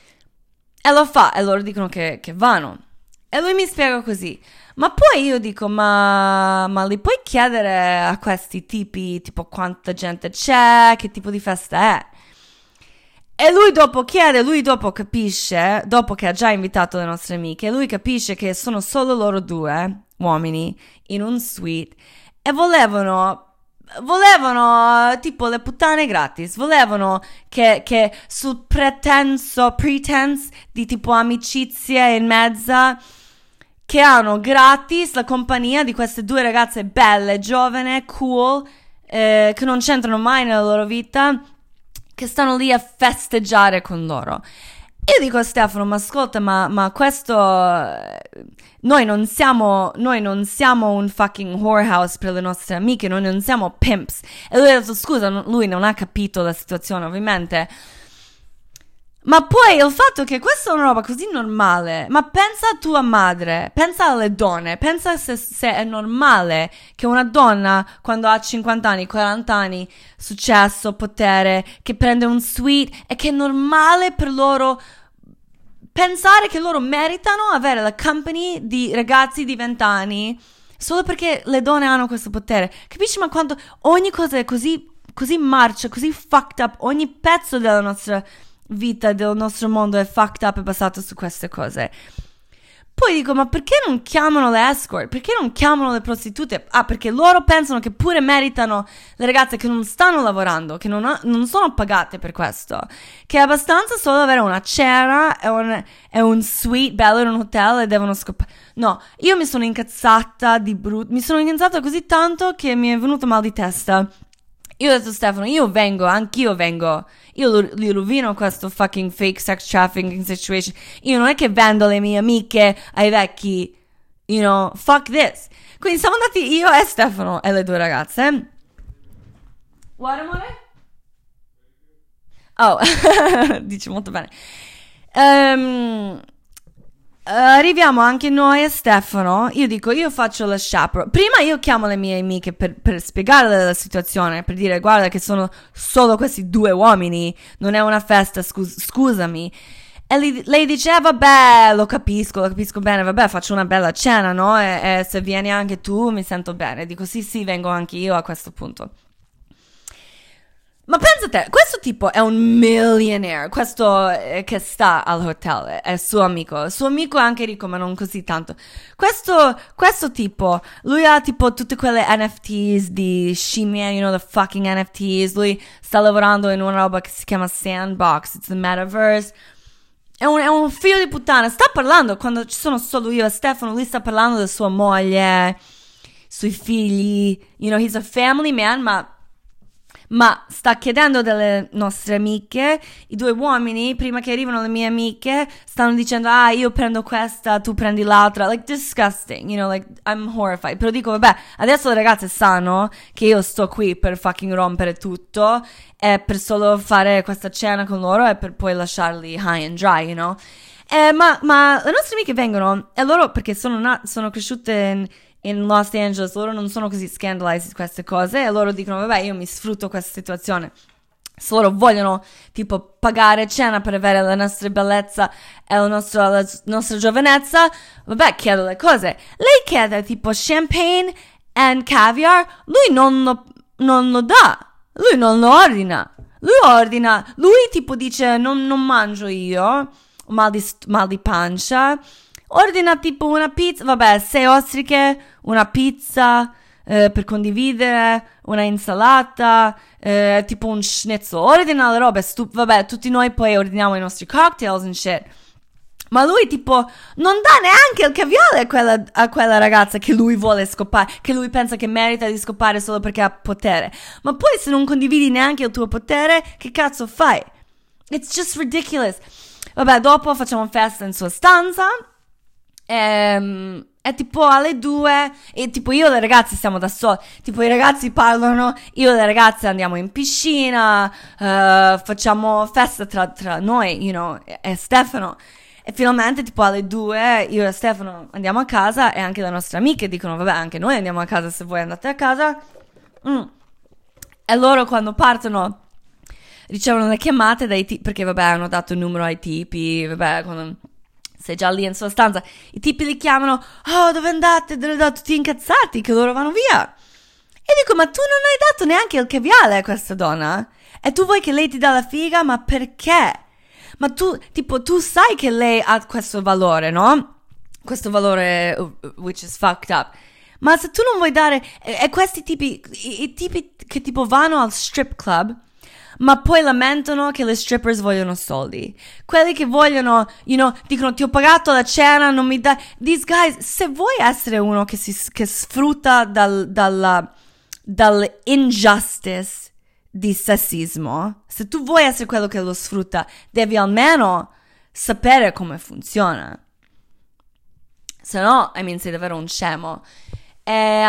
E lo fa, e loro dicono che vanno. E lui mi spiega così. Ma poi io dico, ma li puoi chiedere a questi tipi, tipo quanta gente c'è, che tipo di festa è? E lui dopo chiede, lui dopo capisce, dopo che ha già invitato le nostre amiche, lui capisce che sono solo loro due uomini in un suite e volevano tipo le puttane gratis, volevano che sul pretense di tipo amicizia in mezzo, che hanno gratis la compagnia di queste due ragazze belle, giovani, cool, che non c'entrano mai nella loro vita, che stanno lì a festeggiare con loro. Io dico a Stefano, ma ascolta, ma questo, noi non siamo un fucking whorehouse per le nostre amiche, noi non siamo pimps. E lui ha detto, scusa, lui non ha capito la situazione, ovviamente. Ma poi il fatto che questa è una roba così normale, ma pensa a tua madre, pensa alle donne, pensa se è normale che una donna quando ha 50 anni, 40 anni, successo, potere, che prende un suite, e che è normale per loro pensare che loro meritano avere la company di ragazzi di 20 anni solo perché le donne hanno questo potere. Capisci? Ma quando ogni cosa è così marcia, così fucked up, ogni pezzo della nostra vita, del nostro mondo è fucked up e basato su queste cose. Poi dico, ma perché non chiamano le escort? Perché non chiamano le prostitute? Ah, perché loro pensano che pure meritano le ragazze che non stanno lavorando, che non sono pagate per questo, che è abbastanza solo avere una cena e un suite bello in un hotel e devono scopare. No, io mi sono incazzata di brutto, mi sono incazzata così tanto che mi è venuto mal di testa. Io ho detto a Stefano, anch'io vengo, io li rovino questo fucking fake sex trafficking situation, io non è che vendo le mie amiche ai vecchi, fuck this. Quindi siamo andati io e Stefano e le due ragazze. What, amore? Oh, dici molto bene. arriviamo anche noi a Stefano. Io dico, io faccio la chaperone. Prima io chiamo le mie amiche per spiegarle la situazione, per dire, guarda che sono solo questi 2 uomini, non è una festa, scusami. E lei dice, vabbè, lo capisco bene, vabbè, faccio una bella cena, no? E se vieni anche tu mi sento bene. Dico, sì, vengo anche io a questo punto. Ma pensa te, questo tipo è un millionaire, questo che sta all'hotel, è suo amico è anche ricco ma non così tanto. Questo tipo, lui ha tipo tutte quelle NFTs di scimmie, you know, the fucking NFTs, lui sta lavorando in una roba che si chiama Sandbox, it's the metaverse. È un figlio di puttana, sta parlando, quando ci sono solo io e Stefano, lui sta parlando della sua moglie, sui figli, you know, he's a family man, ma sta chiedendo delle nostre amiche, i 2 uomini, prima che arrivano le mie amiche, stanno dicendo, io prendo questa, tu prendi l'altra, like disgusting, you know, like I'm horrified. Però dico, vabbè, adesso le ragazze sanno che io sto qui per fucking rompere tutto e per solo fare questa cena con loro e per poi lasciarli high and dry, you know. Ma le nostre amiche vengono e loro, perché sono cresciute in Los Angeles, loro non sono così scandalized di queste cose e loro dicono, vabbè, io mi sfrutto questa situazione. Se loro vogliono tipo pagare cena per avere la nostra bellezza e la nostra giovinezza, vabbè, chiedo le cose. Lei chiede tipo champagne and caviar, lui non lo dà, lui non lo ordina. Lui tipo dice non mangio io, mal di pancia. Ordina tipo una pizza, vabbè, 6 ostriche, una pizza per condividere, una insalata, tipo un schnitzel. Ordina le robe, vabbè, tutti noi poi ordiniamo i nostri cocktails and shit. Ma lui tipo non dà neanche il caviale a quella ragazza che lui vuole scopare, che lui pensa che merita di scopare solo perché ha potere. Ma poi se non condividi neanche il tuo potere, che cazzo fai? It's just ridiculous. Vabbè, dopo facciamo festa in sua stanza. È tipo alle 2 e tipo io e le ragazze stiamo da soli, tipo i ragazzi parlano, io e le ragazze andiamo in piscina, facciamo festa tra noi, you know, e Stefano. E finalmente tipo alle 2 io e Stefano andiamo a casa e anche le nostre amiche dicono, vabbè, anche noi andiamo a casa se voi andate a casa. E loro quando partono ricevono le chiamate dai tipi, perché vabbè hanno dato il numero ai tipi, vabbè, quando sei già lì in sua stanza, i tipi li chiamano, dove andate? Tutti incazzati che loro vanno via. E dico, ma tu non hai dato neanche il caviale a questa donna? E tu vuoi che lei ti dà la figa? Ma perché? Ma tu sai che lei ha questo valore, no? Questo valore, which is fucked up. Ma se tu non vuoi dare, e questi tipi, i tipi che tipo vanno al strip club, ma poi lamentano che le strippers vogliono soldi. Quelli che vogliono, you know, dicono ti ho pagato la cena, non mi dai. These guys, se vuoi essere uno che sfrutta dall'injustice di sessismo, se tu vuoi essere quello che lo sfrutta, devi almeno sapere come funziona. Se no, sei davvero un scemo. E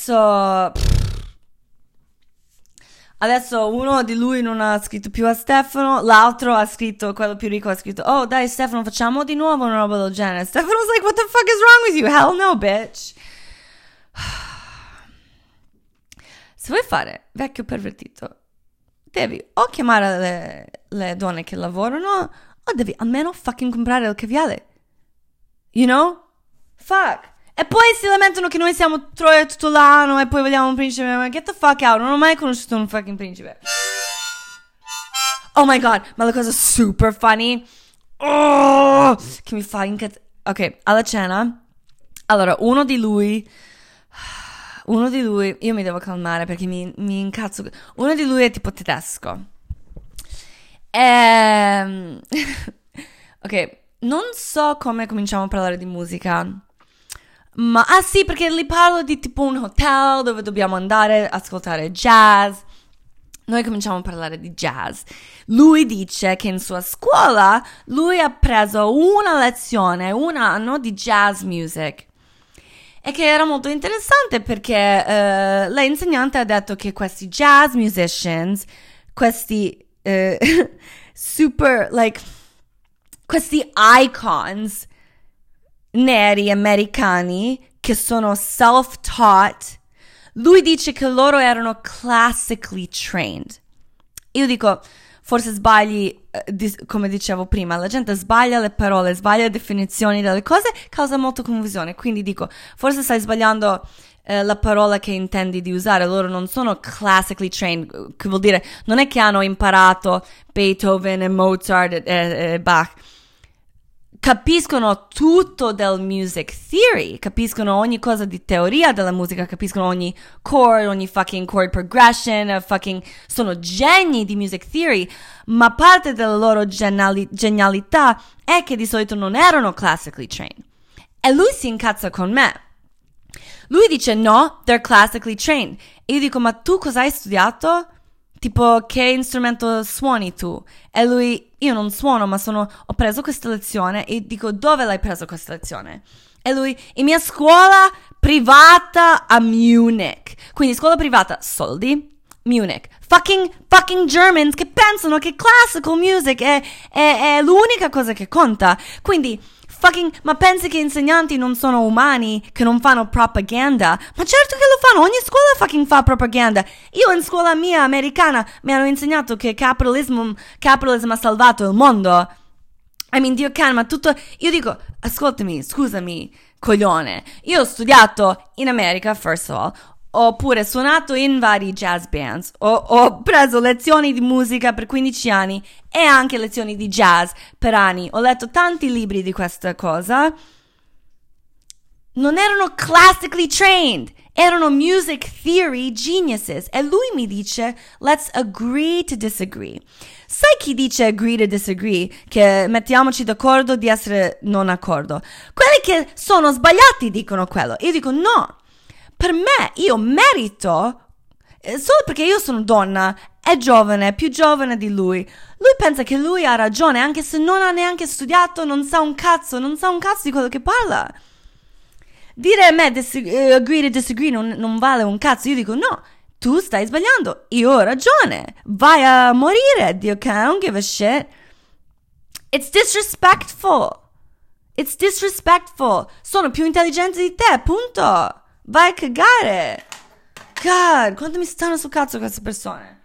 Adesso uno di lui non ha scritto più a Stefano, l'altro ha scritto, quello più ricco ha scritto, oh dai Stefano facciamo di nuovo una roba del genere. Stefano's like, what the fuck is wrong with you? Hell no, bitch. Se vuoi fare vecchio pervertito, devi o chiamare le donne che lavorano o devi almeno fucking comprare il caviale. You know? Fuck. E poi si lamentano che noi siamo troia tutto l'anno e poi vogliamo un principe. Ma get the fuck out, non ho mai conosciuto un fucking principe. Oh my god, ma la cosa super funny che mi fa incazzare. Ok, alla cena, allora, uno di lui, io mi devo calmare perché mi incazzo. Uno di lui è tipo tedesco. Ok, non so come cominciamo a parlare di musica. Ma, sì, perché gli parlo di tipo un hotel dove dobbiamo andare a ascoltare jazz. Noi cominciamo a parlare di jazz. Lui dice che in sua scuola lui ha preso una lezione, un anno di jazz music. E che era molto interessante perché l'insegnante ha detto che questi jazz musicians, questi super, like, questi icons, neri americani che sono self-taught, lui dice che loro erano classically trained. Io dico, forse sbagli, come dicevo prima, la gente sbaglia le parole, sbaglia le definizioni delle cose, causa molta confusione. Quindi dico, forse stai sbagliando la parola che intendi di usare. Loro non sono classically trained, che vuol dire non è che hanno imparato Beethoven e Mozart e Bach. Capiscono tutto del music theory, capiscono ogni cosa di teoria della musica, capiscono ogni chord, ogni fucking chord progression, sono geni di music theory, ma parte della loro genialità è che di solito non erano classically trained. E lui si incazza con me. Lui dice no, they're classically trained. E io dico, ma tu cosa hai studiato? Tipo, che strumento suoni tu? E lui, io non suono, ma ho preso questa lezione. E dico, dove l'hai preso questa lezione? E lui, in mia scuola privata a Munich. Quindi scuola privata, soldi, Munich. Fucking Germans che pensano che classical music è l'unica cosa che conta. Quindi, ma pensi che insegnanti non sono umani, che non fanno propaganda? Ma certo che lo fanno, ogni scuola fa propaganda. Io in scuola mia americana mi hanno insegnato che capitalismo ha salvato il mondo. I mean, Dio can, ma tutto... Io dico, ascoltami, scusami, coglione. Io ho studiato in America, first of all, ho pure suonato in vari jazz bands, ho preso lezioni di musica per 15 anni e anche lezioni di jazz per anni, ho letto tanti libri di questa cosa. Non erano classically trained, erano music theory geniuses. E lui mi dice, let's agree to disagree. Sai chi dice agree to disagree? Che mettiamoci d'accordo di essere non d'accordo. Quelli che sono sbagliati dicono quello. Io dico no. Per me, io merito, solo perché io sono donna, è giovane, più giovane di lui. Lui pensa che lui ha ragione, anche se non ha neanche studiato, non sa un cazzo di quello che parla. Dire a me agree to disagree non vale un cazzo. Io dico no, tu stai sbagliando, io ho ragione, vai a morire, Dio can, I don't give a shit. It's disrespectful. Sono più intelligente di te, punto. Vai a cagare. God, quanto mi stanno sul cazzo queste persone.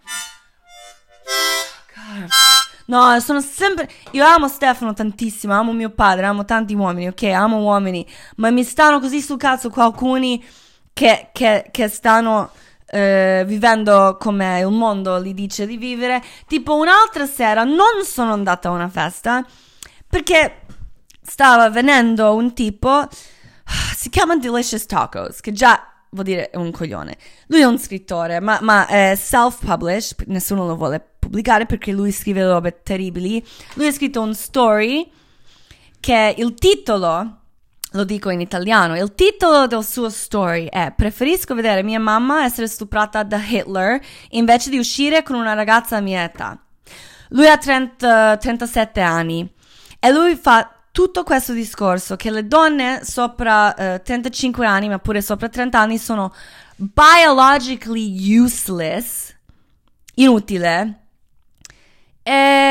God. No, sono sempre... Io amo Stefano tantissimo, amo mio padre, amo tanti uomini, ok? Amo uomini, ma mi stanno così sul cazzo alcuni che stanno vivendo come il mondo gli dice di vivere. Tipo un'altra sera non sono andata a una festa perché stava venendo un tipo... Si chiama Delicious Tacos, che già vuol dire un coglione. Lui è un scrittore, ma è self-published, nessuno lo vuole pubblicare perché lui scrive robe terribili. Lui ha scritto un story che il titolo, lo dico in italiano, il titolo del suo story è: preferisco vedere mia mamma essere stuprata da Hitler invece di uscire con una ragazza a mia età. Lui ha 37 anni e lui fa tutto questo discorso che le donne sopra 35 anni, ma pure sopra 30 anni, sono biologically useless, inutile. E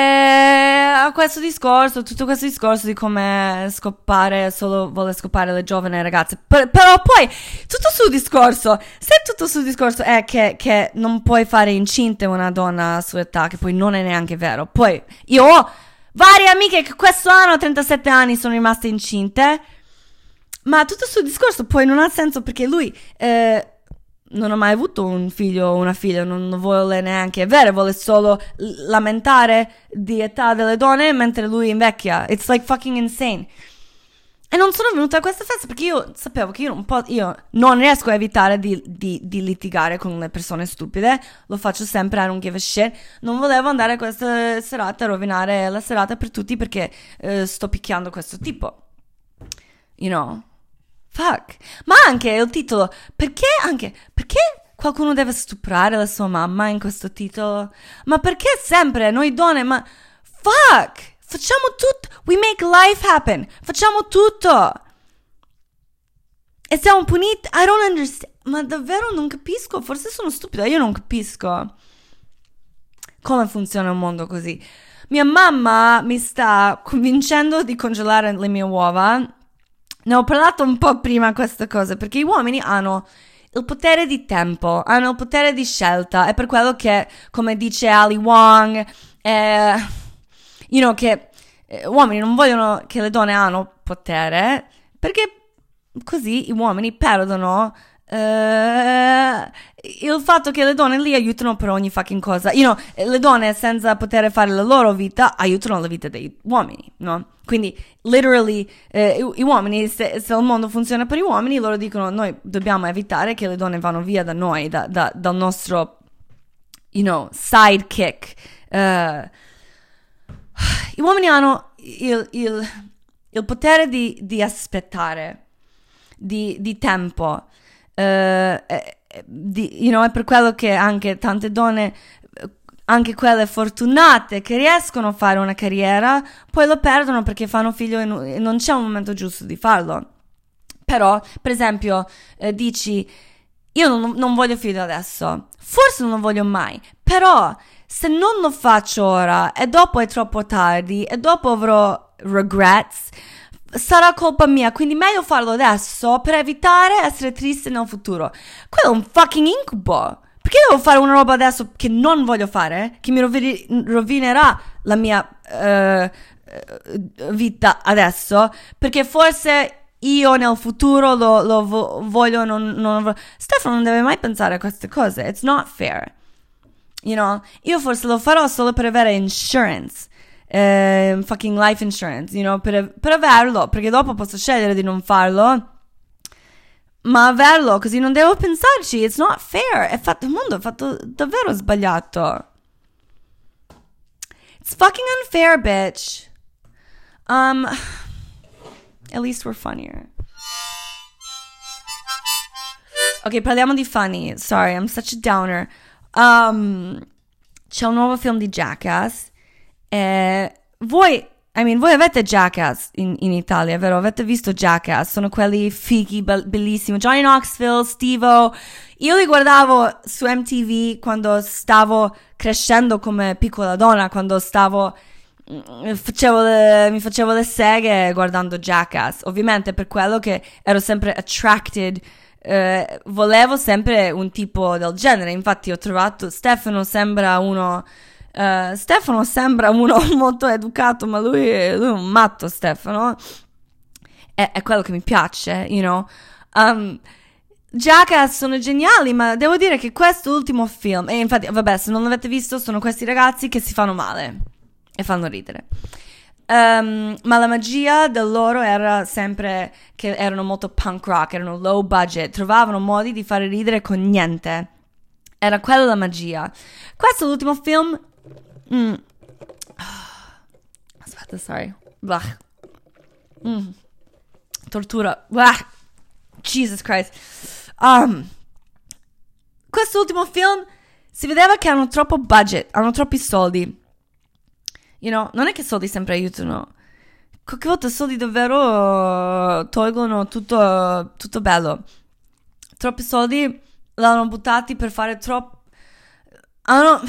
a questo discorso, tutto questo discorso di come vuole scopare le giovani ragazze. Però poi, tutto sul discorso, se tutto sul discorso è che non puoi fare incinte una donna a sua età, che poi non è neanche vero. Poi, io ho varie amiche che questo anno a 37 anni sono rimaste incinte, ma tutto questo discorso poi non ha senso perché lui non ha mai avuto un figlio o una figlia, non vuole neanche avere, vuole solo lamentare di età delle donne mentre lui invecchia. It's like fucking insane. E non sono venuta a questa festa perché io sapevo che io non riesco a evitare di litigare con le persone stupide. Lo faccio sempre, I don't give a shit. Non volevo andare a questa serata, rovinare la serata per tutti perché sto picchiando questo tipo. You know? Fuck. Ma anche il titolo. Perché qualcuno deve stuprare la sua mamma in questo titolo? Ma perché sempre noi donne? Ma fuck! Facciamo tutto, we make life happen, facciamo tutto. E siamo puniti, I don't understand, ma davvero non capisco, forse sono stupida, io non capisco come funziona un mondo così. Mia mamma mi sta convincendo di congelare le mie uova Ne ho parlato un po' prima queste cose, perché gli uomini hanno il potere di tempo, hanno il potere di scelta, è per quello che, come dice Ali Wong, che uomini non vogliono che le donne hanno potere, perché così gli uomini perdono il fatto che le donne li aiutano per ogni fucking cosa. Le donne senza poter fare la loro vita aiutano la vita degli uomini, no? Quindi, literally, gli uomini, se il mondo funziona per gli uomini, loro dicono noi dobbiamo evitare che le donne vanno via da noi, dal nostro, sidekick. Gli uomini hanno il potere di aspettare, di tempo. È per quello che anche tante donne, anche quelle fortunate che riescono a fare una carriera, poi lo perdono perché fanno figlio e non c'è un momento giusto di farlo. Però, per esempio, dici io non voglio figlio adesso, forse non lo voglio mai, però se non lo faccio ora e dopo è troppo tardi e dopo avrò regrets, sarà colpa mia, quindi meglio farlo adesso per evitare essere triste nel futuro. Quello è un fucking incubo. Perché devo fare una roba adesso che non voglio fare? Che mi rovinerà la mia vita adesso? Perché forse io nel futuro lo voglio, non Stefano non deve mai pensare a queste cose. It's not fair. Io forse lo farò solo per avere insurance. Fucking life insurance, per averlo, perché dopo posso scegliere di non farlo, ma averlo così non devo pensarci. It's not fair. Il mondo è fatto davvero sbagliato. It's fucking unfair, bitch. At least we're funnier. Ok, parliamo di funny. Sorry, I'm such a downer. C'è un nuovo film di Jackass. Voi avete Jackass in Italia, vero? Avete visto Jackass? Sono quelli fighi, bellissimi. Johnny Knoxville, Steve-O. Io li guardavo su MTV quando stavo crescendo come piccola donna, quando mi facevo le seghe guardando Jackass. Ovviamente per quello che ero sempre attracted, volevo sempre un tipo del genere. Infatti ho trovato Stefano sembra uno molto educato, ma lui è un matto. Stefano è quello che mi piace, Jackass sono geniali, ma devo dire che questo ultimo film, e infatti vabbè, se non l'avete visto, sono questi ragazzi che si fanno male e fanno ridere, ma la magia del loro era sempre che erano molto punk rock, erano low budget, trovavano modi di fare ridere con niente. Era quella la magia. Questo è l'ultimo film. Aspetta, sorry. Tortura. Jesus Christ. Quest'ultimo film si vedeva che hanno troppo budget, hanno troppi soldi. Non è che soldi sempre aiutano. Qualche volta soldi davvero tolgono tutto bello. Troppi soldi l'hanno buttati per fare troppo. Hanno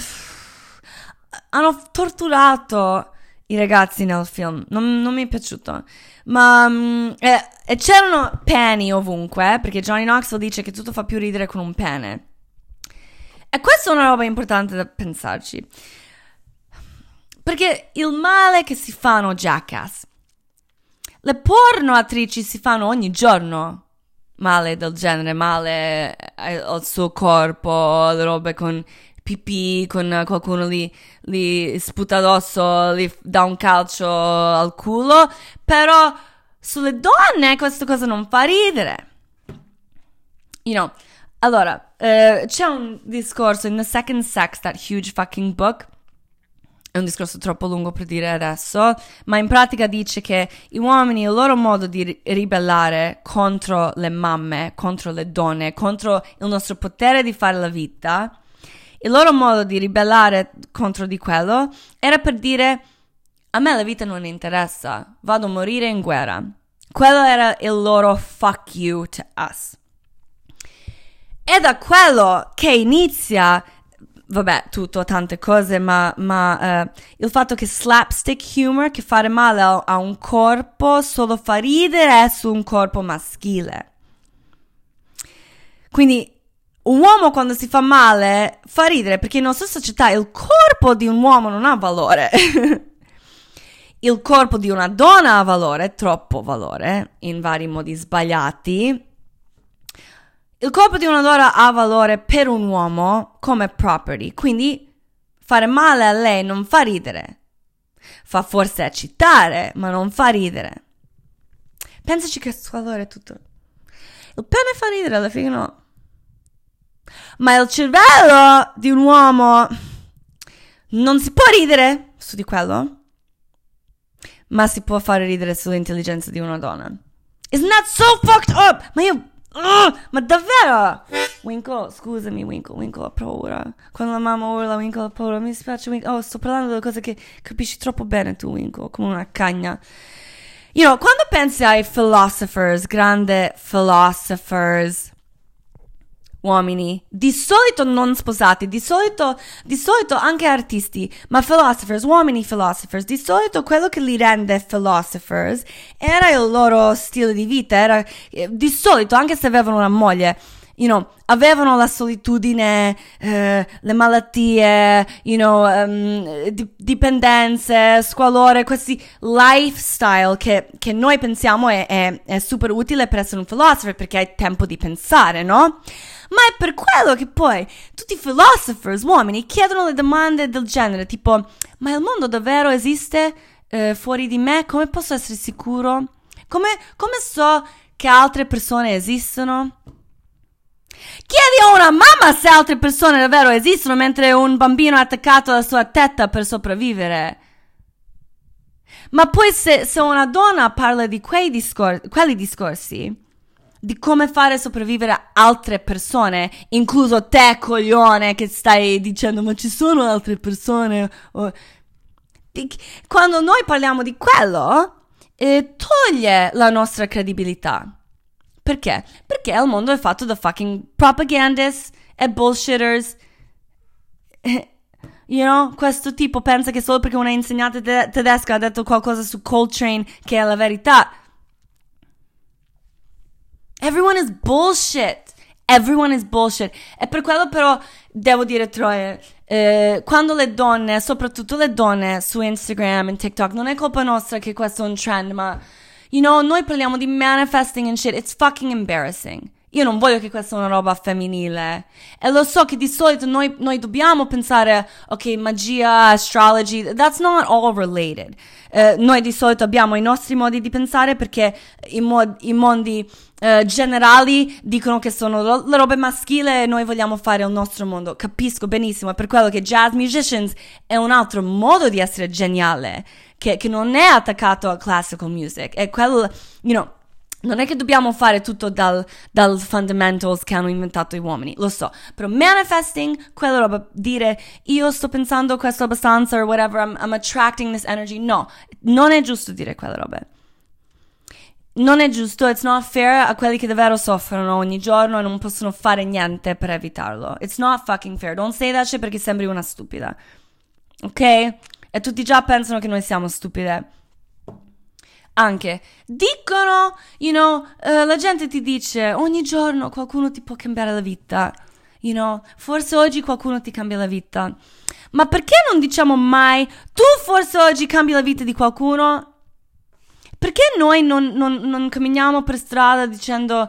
torturato i ragazzi nel film. Non mi è piaciuto. Ma e c'erano peni ovunque, perché Johnny Knoxville dice che tutto fa più ridere con un pene. E questa è una roba importante da pensarci. Perché il male che si fanno Jackass, le porno attrici si fanno ogni giorno male del genere, male al suo corpo, le robe con pipì, con qualcuno li sputa addosso, li dà un calcio al culo, però sulle donne questa cosa non fa ridere. Allora, c'è un discorso in The Second Sex, that huge fucking book. È un discorso troppo lungo per dire adesso, ma in pratica dice che gli uomini, il loro modo di ribellare contro le mamme, contro le donne, contro il nostro potere di fare la vita, il loro modo di ribellare contro di quello era per dire: a me la vita non interessa, vado a morire in guerra. Quello era il loro fuck you to us. È da quello che inizia vabbè, tutto, tante cose, ma il fatto che slapstick humor, che fare male a un corpo solo fa ridere su un corpo maschile. Quindi un uomo quando si fa male fa ridere perché in nostra società il corpo di un uomo non ha valore. Il corpo di una donna ha valore, troppo valore, in vari modi sbagliati. Il corpo di una donna ha valore per un uomo come property, quindi fare male a lei non fa ridere. Fa forse eccitare, ma non fa ridere. Pensaci che suo valore è tutto. Il pene fa ridere, alla fine no. Ma il cervello di un uomo non si può ridere su di quello, ma si può fare ridere sull'intelligenza di una donna. Isn't that so fucked up? Ma davvero? Winkle, scusami Winkle ha paura. Quando la mamma urla Winkle ha paura. Mi dispiace Winkle. Oh, sto parlando delle cose che capisci troppo bene tu Winkle, come una cagna. Quando pensi ai philosophers, grandi philosophers, uomini, di solito non sposati, di solito anche artisti, ma uomini philosophers, di solito quello che li rende philosophers era il loro stile di vita, era di solito, anche se avevano una moglie, avevano la solitudine, le malattie, dipendenze, squalore, questi lifestyle che noi pensiamo è super utile per essere un philosopher perché hai tempo di pensare, no? Ma è per quello che poi tutti i philosophers, uomini, chiedono le domande del genere, tipo, ma il mondo davvero esiste fuori di me? Come posso essere sicuro? Come so che altre persone esistono? Chiedi a una mamma se altre persone davvero esistono mentre un bambino è attaccato alla sua testa per sopravvivere. Ma poi se una donna parla di quelli discorsi, di come fare sopravvivere altre persone, incluso te, coglione, che stai dicendo ma ci sono altre persone. Quando noi parliamo di quello, toglie la nostra credibilità. Perché? Perché il mondo è fatto da fucking propagandists e bullshitters. Questo tipo pensa che solo perché una insegnante tedesca ha detto qualcosa su Coltrane che è la verità. Everyone is bullshit. E per quello però devo dire, Troie, quando le donne, soprattutto le donne su Instagram e TikTok, non è colpa nostra che questo è un trend, ma noi parliamo di manifesting and shit. It's fucking embarrassing. Io non voglio che questa sia una roba femminile. E lo so che di solito noi dobbiamo pensare, ok, magia, astrology, that's not all related. Noi di solito abbiamo i nostri modi di pensare perché i mondi generali dicono che sono le robe maschili e noi vogliamo fare il nostro mondo. Capisco benissimo, è per quello che jazz musicians è un altro modo di essere geniale, che non è attaccato al classical music. È quello, non è che dobbiamo fare tutto dal fundamentals che hanno inventato gli uomini, lo so, però manifesting, quella roba, dire io sto pensando questo abbastanza or whatever, I'm attracting this energy, no, non è giusto dire quelle robe. Non è giusto, it's not fair a quelli che davvero soffrono ogni giorno e non possono fare niente per evitarlo. It's not fucking fair, don't say that shit perché sembri una stupida, ok? E tutti già pensano che noi siamo stupide. Anche dicono, la gente ti dice ogni giorno qualcuno ti può cambiare la vita, forse oggi qualcuno ti cambia la vita, ma perché non diciamo mai tu forse oggi cambi la vita di qualcuno? Perché noi non camminiamo per strada dicendo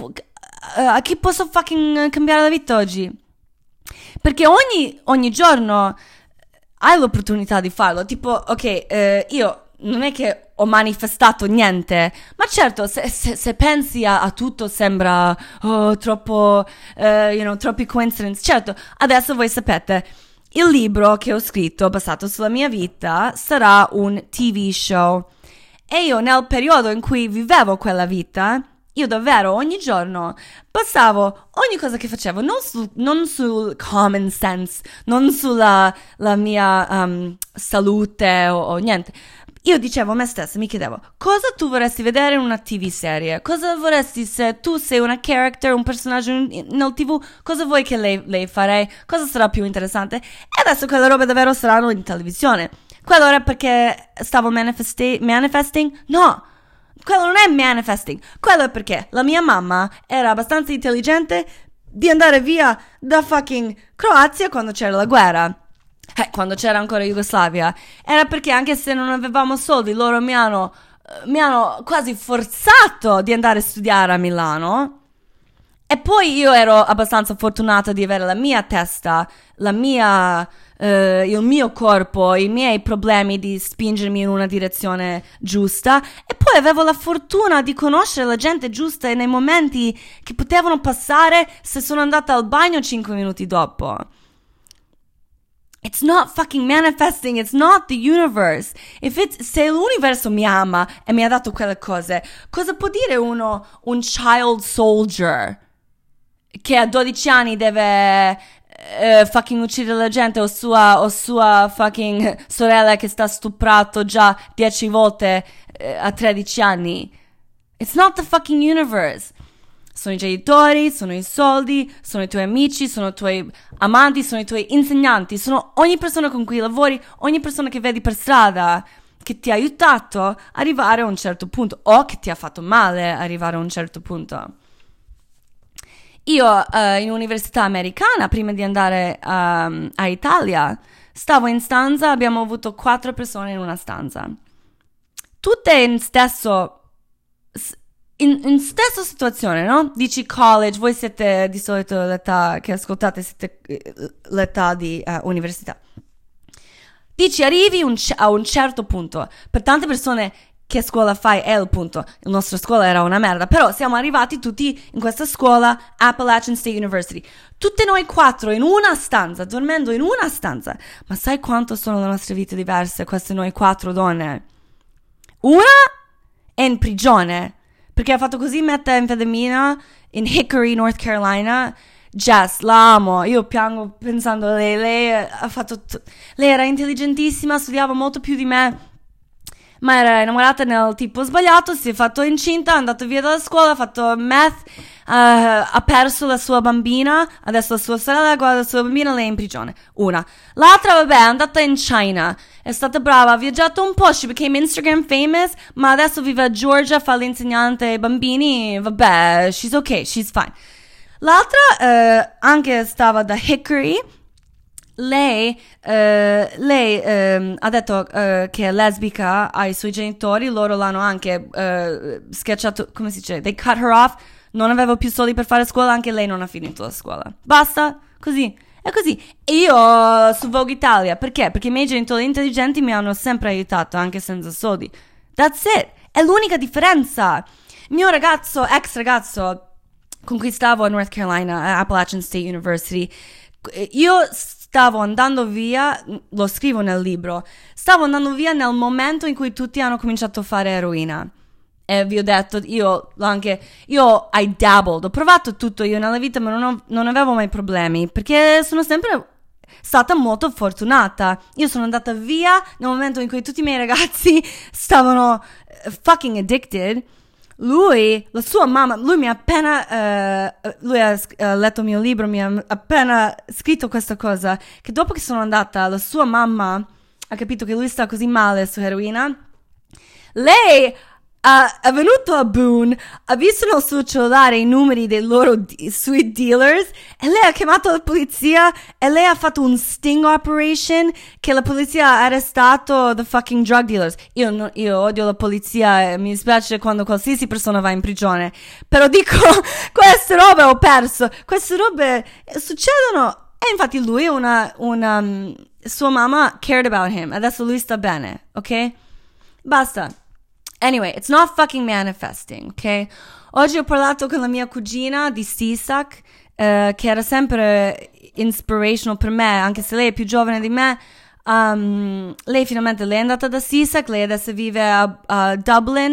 a chi posso fucking cambiare la vita oggi? Perché ogni giorno hai l'opportunità di farlo, tipo ok, io non è che ho manifestato niente, ma certo se pensi a tutto sembra troppo troppi coincidence. Certo, adesso voi sapete, il libro che ho scritto basato sulla mia vita sarà un TV show e io nel periodo in cui vivevo quella vita, io davvero ogni giorno passavo ogni cosa che facevo, non sul common sense, non sulla la mia salute o niente. io dicevo a me stessa, mi chiedevo, cosa tu vorresti vedere in una TV serie? Cosa vorresti se tu sei una character, un personaggio nel TV? Cosa vuoi che lei farei? Cosa sarà più interessante? E adesso quelle robe davvero saranno in televisione. Quello era perché stavo manifesting? No! Quello non è manifesting. Quello è perché la mia mamma era abbastanza intelligente di andare via da fucking Croazia quando c'era la guerra. Quando c'era ancora Jugoslavia. Era perché anche se non avevamo soldi, loro mi hanno quasi forzato di andare a studiare a Milano. E poi io ero abbastanza fortunata di avere la mia testa, il mio corpo, i miei problemi di spingermi in una direzione giusta, e poi avevo la fortuna di conoscere la gente giusta nei momenti che potevano passare se sono andata al bagno 5 minuti dopo. It's not fucking manifesting, it's not the universe. Se l'universo mi ama e mi ha dato quelle cose, cosa può dire un child soldier che a 12 anni deve fucking uccidere la gente, o sua fucking sorella che sta stuprato già 10 volte a 13 anni? It's not the fucking universe. Sono i genitori, sono i soldi, sono i tuoi amici, sono i tuoi amanti, sono i tuoi insegnanti, sono ogni persona con cui lavori, ogni persona che vedi per strada che ti ha aiutato a arrivare a un certo punto, o che ti ha fatto male arrivare a un certo punto. Io in università americana, prima di andare a Italia, stavo in stanza, abbiamo avuto 4 persone in una stanza. Tutte in stessa situazione, no? Dici college, voi siete di solito l'età che ascoltate, siete l'età di università. Dici arrivi a un certo punto. Per tante persone, che scuola fai è il punto. La nostra scuola era una merda, però siamo arrivati tutti in questa scuola, Appalachian State University. Tutte noi 4 in una stanza, dormendo in una stanza. Ma sai quanto sono le nostre vite diverse, queste noi 4 donne? Una è in prigione, perché ha fatto così metanfetamina in Hickory, North Carolina. Jess, la amo, io piango pensando a lei. Lei era intelligentissima, studiava molto più di me, ma era innamorata nel tipo sbagliato, si è fatto incinta, è andata via dalla scuola, ha fatto meth, ha perso la sua bambina, adesso la sua sorella guarda la sua bambina, lei è in prigione. Una. L'altra, vabbè, è andata in China, è stata brava, ha viaggiato un po', she became Instagram famous, ma adesso vive a Georgia, fa l'insegnante ai bambini, vabbè, she's okay, she's fine. L'altra anche stava da Hickory. Lei ha detto che è lesbica ai suoi genitori, loro l'hanno anche schiacciato, come si dice, they cut her off, non aveva più soldi per fare scuola, anche lei non ha finito la scuola. Basta, così, è così. E io su Vogue Italia, perché? Perché i miei genitori intelligenti mi hanno sempre aiutato, anche senza soldi. That's it, è l'unica differenza. Il mio ex ragazzo con cui stavo a North Carolina, a Appalachian State University, io stavo andando via, lo scrivo nel libro, stavo andando via nel momento in cui tutti hanno cominciato a fare eroina. E vi ho detto, io I dabbled, ho provato tutto io nella vita, ma non avevo mai problemi, perché sono sempre stata molto fortunata. Io sono andata via nel momento in cui tutti i miei ragazzi stavano fucking addicted. Lui, la sua mamma, lui mi ha appena lui ha letto il mio libro, mi ha appena scritto questa cosa, che dopo che sono andata, la sua mamma ha capito che lui sta così male su eroina. Lei è venuto a Boone, ha visto nel suo cellulare i numeri dei loro sui dealers, e lei ha chiamato la polizia, e lei ha fatto un sting operation che la polizia ha arrestato the fucking drug dealers. Io odio la polizia e mi dispiace quando qualsiasi persona va in prigione, però dico, queste robe ho perso, queste robe succedono. E infatti lui, sua mamma cared about him, adesso lui sta bene, ok? Basta. Anyway, it's not fucking manifesting, ok? Oggi ho parlato con la mia cugina di SESAC, che era sempre inspirational per me, anche se lei è più giovane di me. Lei finalmente è andata da SESAC, lei adesso vive a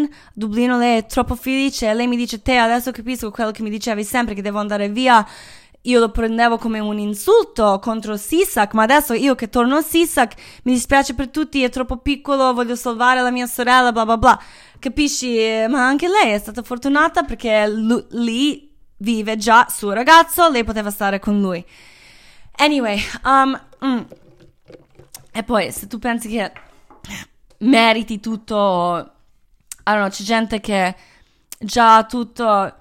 Dublino, lei è troppo felice, e lei mi dice, te adesso capisco quello che mi dicevi sempre, che devo andare via io lo prendevo come un insulto contro Sisak, ma adesso io che torno a Sisak mi dispiace per tutti, è troppo piccolo, voglio salvare la mia sorella, bla bla bla. Capisci? Ma anche lei è stata fortunata perché lì vive già suo ragazzo, lei poteva stare con lui. Anyway, e poi se tu pensi che meriti tutto, I don't know, c'è gente che già ha tutto,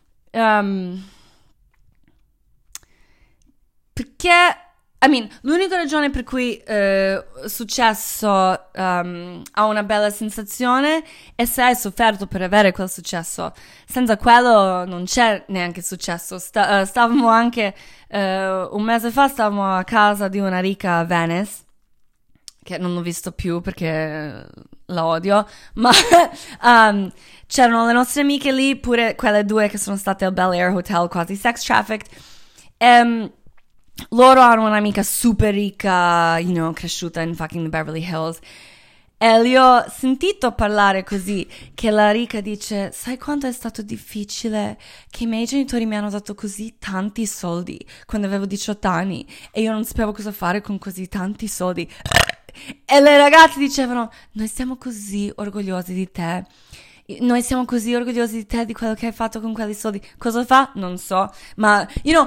perché, l'unica ragione per cui successo ha una bella sensazione è se hai sofferto per avere quel successo. Senza quello non c'è neanche successo. Stavamo anche, un mese fa, stavamo a casa di una ricca a Venice, che non ho visto più perché la odio, ma c'erano le nostre amiche lì, pure quelle due che sono state al Bel Air Hotel, quasi sex trafficked. Loro hanno un'amica super ricca, cresciuta in fucking Beverly Hills. E li ho sentito parlare così, che la ricca dice: sai quanto è stato difficile, che i miei genitori mi hanno dato così tanti soldi quando avevo 18 anni e io non sapevo cosa fare con così tanti soldi. E le ragazze dicevano: noi siamo così orgogliosi di te. Noi siamo così orgogliosi di te, di quello che hai fatto con quelli soldi. Cosa fa? Non so. Ma,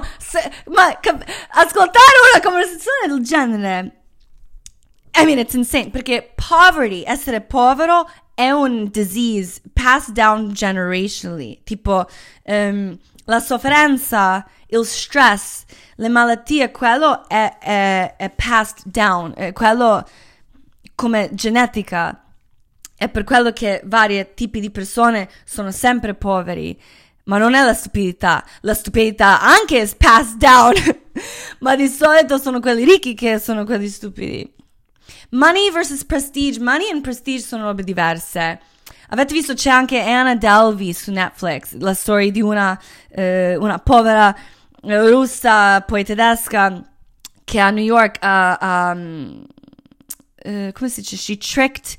ascoltare una conversazione del genere, it's insane. Perché essere povero è un disease passed down generationally. Tipo, la sofferenza, il stress, le malattie, quello è passed down. Quello come genetica. È per quello che vari tipi di persone sono sempre poveri. Ma non è la stupidità. La stupidità anche è passed down. Ma di solito sono quelli ricchi che sono quelli stupidi. Money versus prestige. Money e prestige sono robe diverse. Avete visto, c'è anche Anna Delvey su Netflix, la storia di una povera russa, poi tedesca, che a New York come si dice? She tricked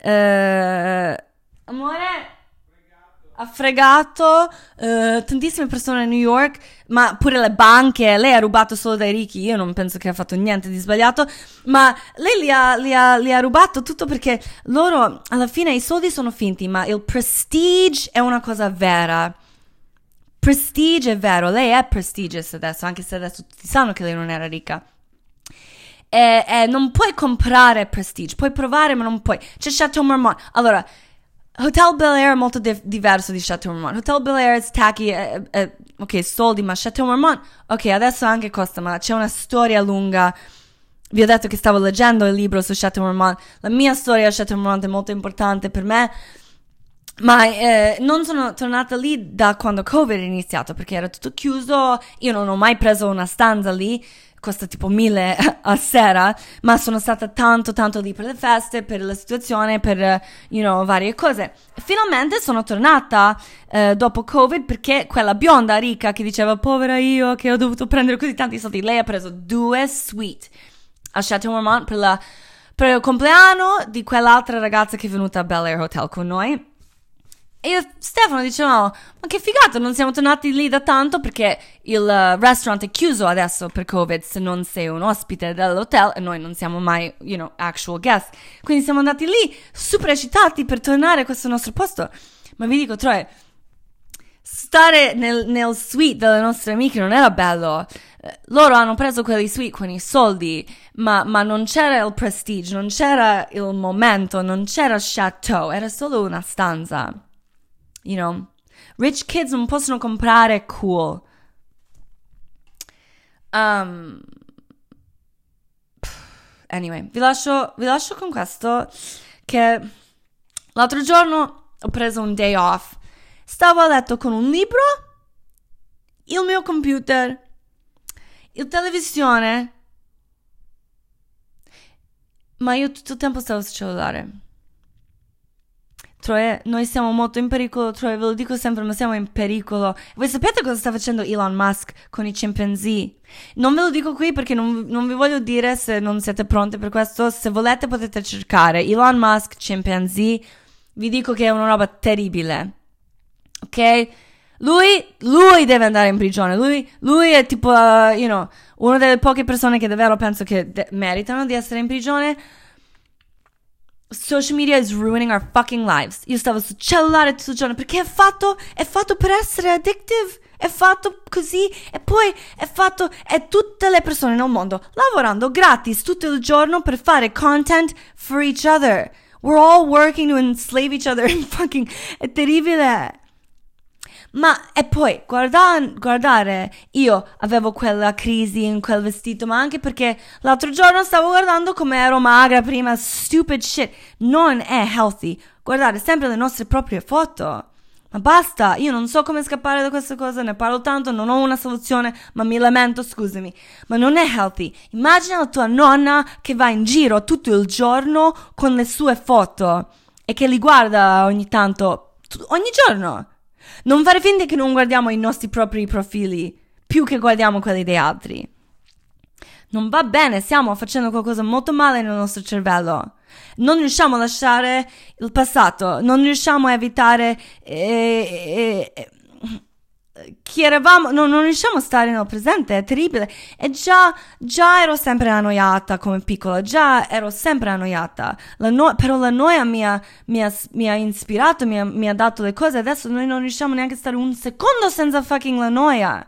ha fregato tantissime persone a New York, ma pure le banche. Lei ha rubato solo dai ricchi. Io non penso che ha fatto niente di sbagliato, ma lei li ha rubato tutto perché loro, alla fine, i soldi sono finti, ma il prestige è una cosa vera. Prestige è vero, lei è prestigious adesso, anche se adesso tutti sanno che lei non era ricca. E non puoi comprare prestige, puoi provare ma non puoi. C'è Chateau Marmont. Allora, Hotel Bel Air è molto diverso di Chateau Marmont. Hotel Bel Air è tacky, ok, soldi, ma Chateau Marmont, ok, adesso anche costa, ma c'è una storia lunga. Vi ho detto che stavo leggendo il libro su Chateau Marmont. La mia storia a Chateau Marmont è molto importante per me, ma non sono tornata lì da quando Covid è iniziato, perché era tutto chiuso. Io non ho mai preso una stanza lì, costa tipo 1.000 a sera, ma sono stata tanto lì per le feste, per la situazione, per varie cose. Finalmente sono tornata dopo Covid, perché quella bionda ricca che diceva povera io che ho dovuto prendere così tanti soldi, lei ha preso 2 suite a Chateau Marmont per il compleanno di quell'altra ragazza che è venuta a Bel Air Hotel con noi. E io e Stefano dicevamo: ma che figata, non siamo tornati lì da tanto, perché il restaurant è chiuso adesso per Covid se non sei un ospite dell'hotel, e noi non siamo mai, actual guest. Quindi siamo andati lì super eccitati per tornare a questo nostro posto. Ma vi dico, Troy, stare nel suite delle nostre amiche non era bello. Loro hanno preso quelli suite con i soldi, ma non c'era il prestige, non c'era il momento, non c'era chateau, era solo una stanza. Rich kids non possono comprare cool. Anyway, vi lascio con questo, che l'altro giorno ho preso un day off. Stavo a letto con un libro, il mio computer, il televisione, ma io tutto il tempo stavo sul cellulare. Troy, noi siamo molto in pericolo, Troy, ve lo dico sempre, ma siamo in pericolo. Voi sapete cosa sta facendo Elon Musk con i scimpanzé? Non ve lo dico qui perché non vi voglio dire, se non siete pronti per questo. Se volete potete cercare Elon Musk, scimpanzé. Vi dico che è una roba terribile. Ok? Lui deve andare in prigione. Lui è tipo, una delle poche persone che davvero penso che meritano di essere in prigione. Social media is ruining our fucking lives. Io stavo sul cellulare tutto il giorno perché è fatto per essere addictive. È fatto così. E poi è tutte le persone nel mondo lavorando gratis tutto il giorno per fare content for each other. We're all working to enslave each other. È terribile. Ma e poi guardare, io avevo quella crisi in quel vestito, ma anche perché l'altro giorno stavo guardando come ero magra prima, stupid shit. Non è healthy guardare sempre le nostre proprie foto. Ma basta, io non so come scappare da questa cosa, ne parlo tanto, non ho una soluzione, ma mi lamento, scusami. Ma non è healthy. Immagina la tua nonna che va in giro tutto il giorno con le sue foto e che li guarda ogni tanto, ogni giorno. Non fare finta che non guardiamo i nostri propri profili più che guardiamo quelli degli altri. Non va bene, stiamo facendo qualcosa molto male nel nostro cervello. Non riusciamo a lasciare il passato, non riusciamo a evitare chi eravamo, non riusciamo a stare nel presente, è terribile. E già ero sempre annoiata come piccola, già ero sempre annoiata. Però la noia mi ha ispirato, mi ha dato le cose. Adesso noi non riusciamo neanche a stare un secondo senza fucking la noia.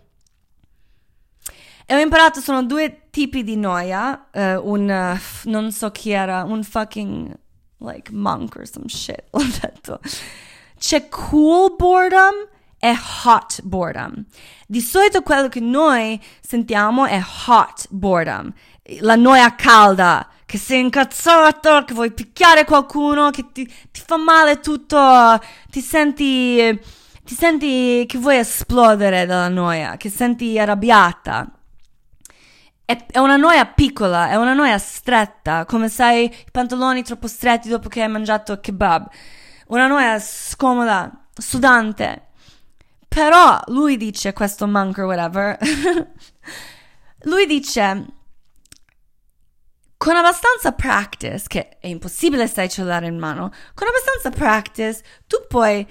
E ho imparato, sono due tipi di noia, non so chi era, un fucking, like, monk or some shit, l'ho detto. C'è cool boredom e hot boredom. Di solito quello che noi sentiamo è hot boredom, la noia calda, che sei incazzato, che vuoi picchiare qualcuno, che ti fa male tutto, ti senti che vuoi esplodere dalla noia, che senti arrabbiata. È una noia piccola, è una noia stretta, come sai i pantaloni troppo stretti dopo che hai mangiato kebab. Una noia scomoda, sudante. Però lui dice, questo monk or whatever, lui dice, con abbastanza practice, che è impossibile stare il cellulare in mano, con abbastanza practice tu puoi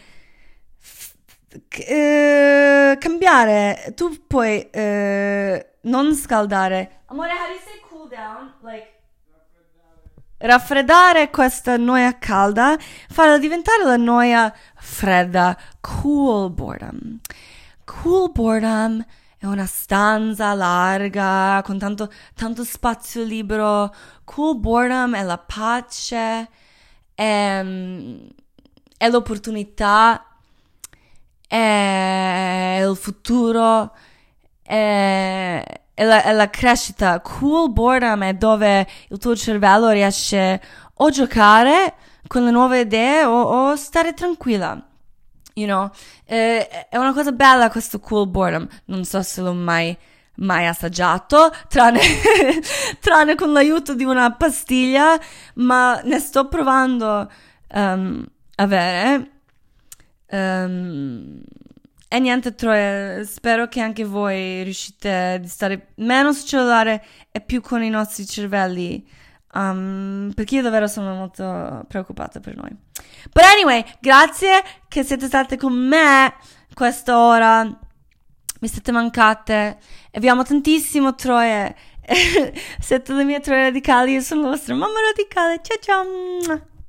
cambiare, tu puoi non scaldare. Amore, how do you say cool down? Like raffreddare questa noia calda, farla diventare la noia fredda. Cool boredom. Cool boredom è una stanza larga con tanto spazio libero. Cool boredom è la pace, è l'opportunità, è il futuro, è la crescita. Cool boredom è dove il tuo cervello riesce o giocare con le nuove idee o stare tranquilla. È una cosa bella questo cool boredom. Non so se l'ho mai assaggiato, tranne con l'aiuto di una pastiglia, ma ne sto provando avere. E niente, Troia, spero che anche voi riuscite a stare meno sul cellulare e più con i nostri cervelli, perché io davvero sono molto preoccupata per noi. But anyway, grazie che siete state con me questa ora, mi siete mancate e vi amo tantissimo, Troie. Siete le mie Troie radicali, io sono la vostra mamma radicale. Ciao ciao.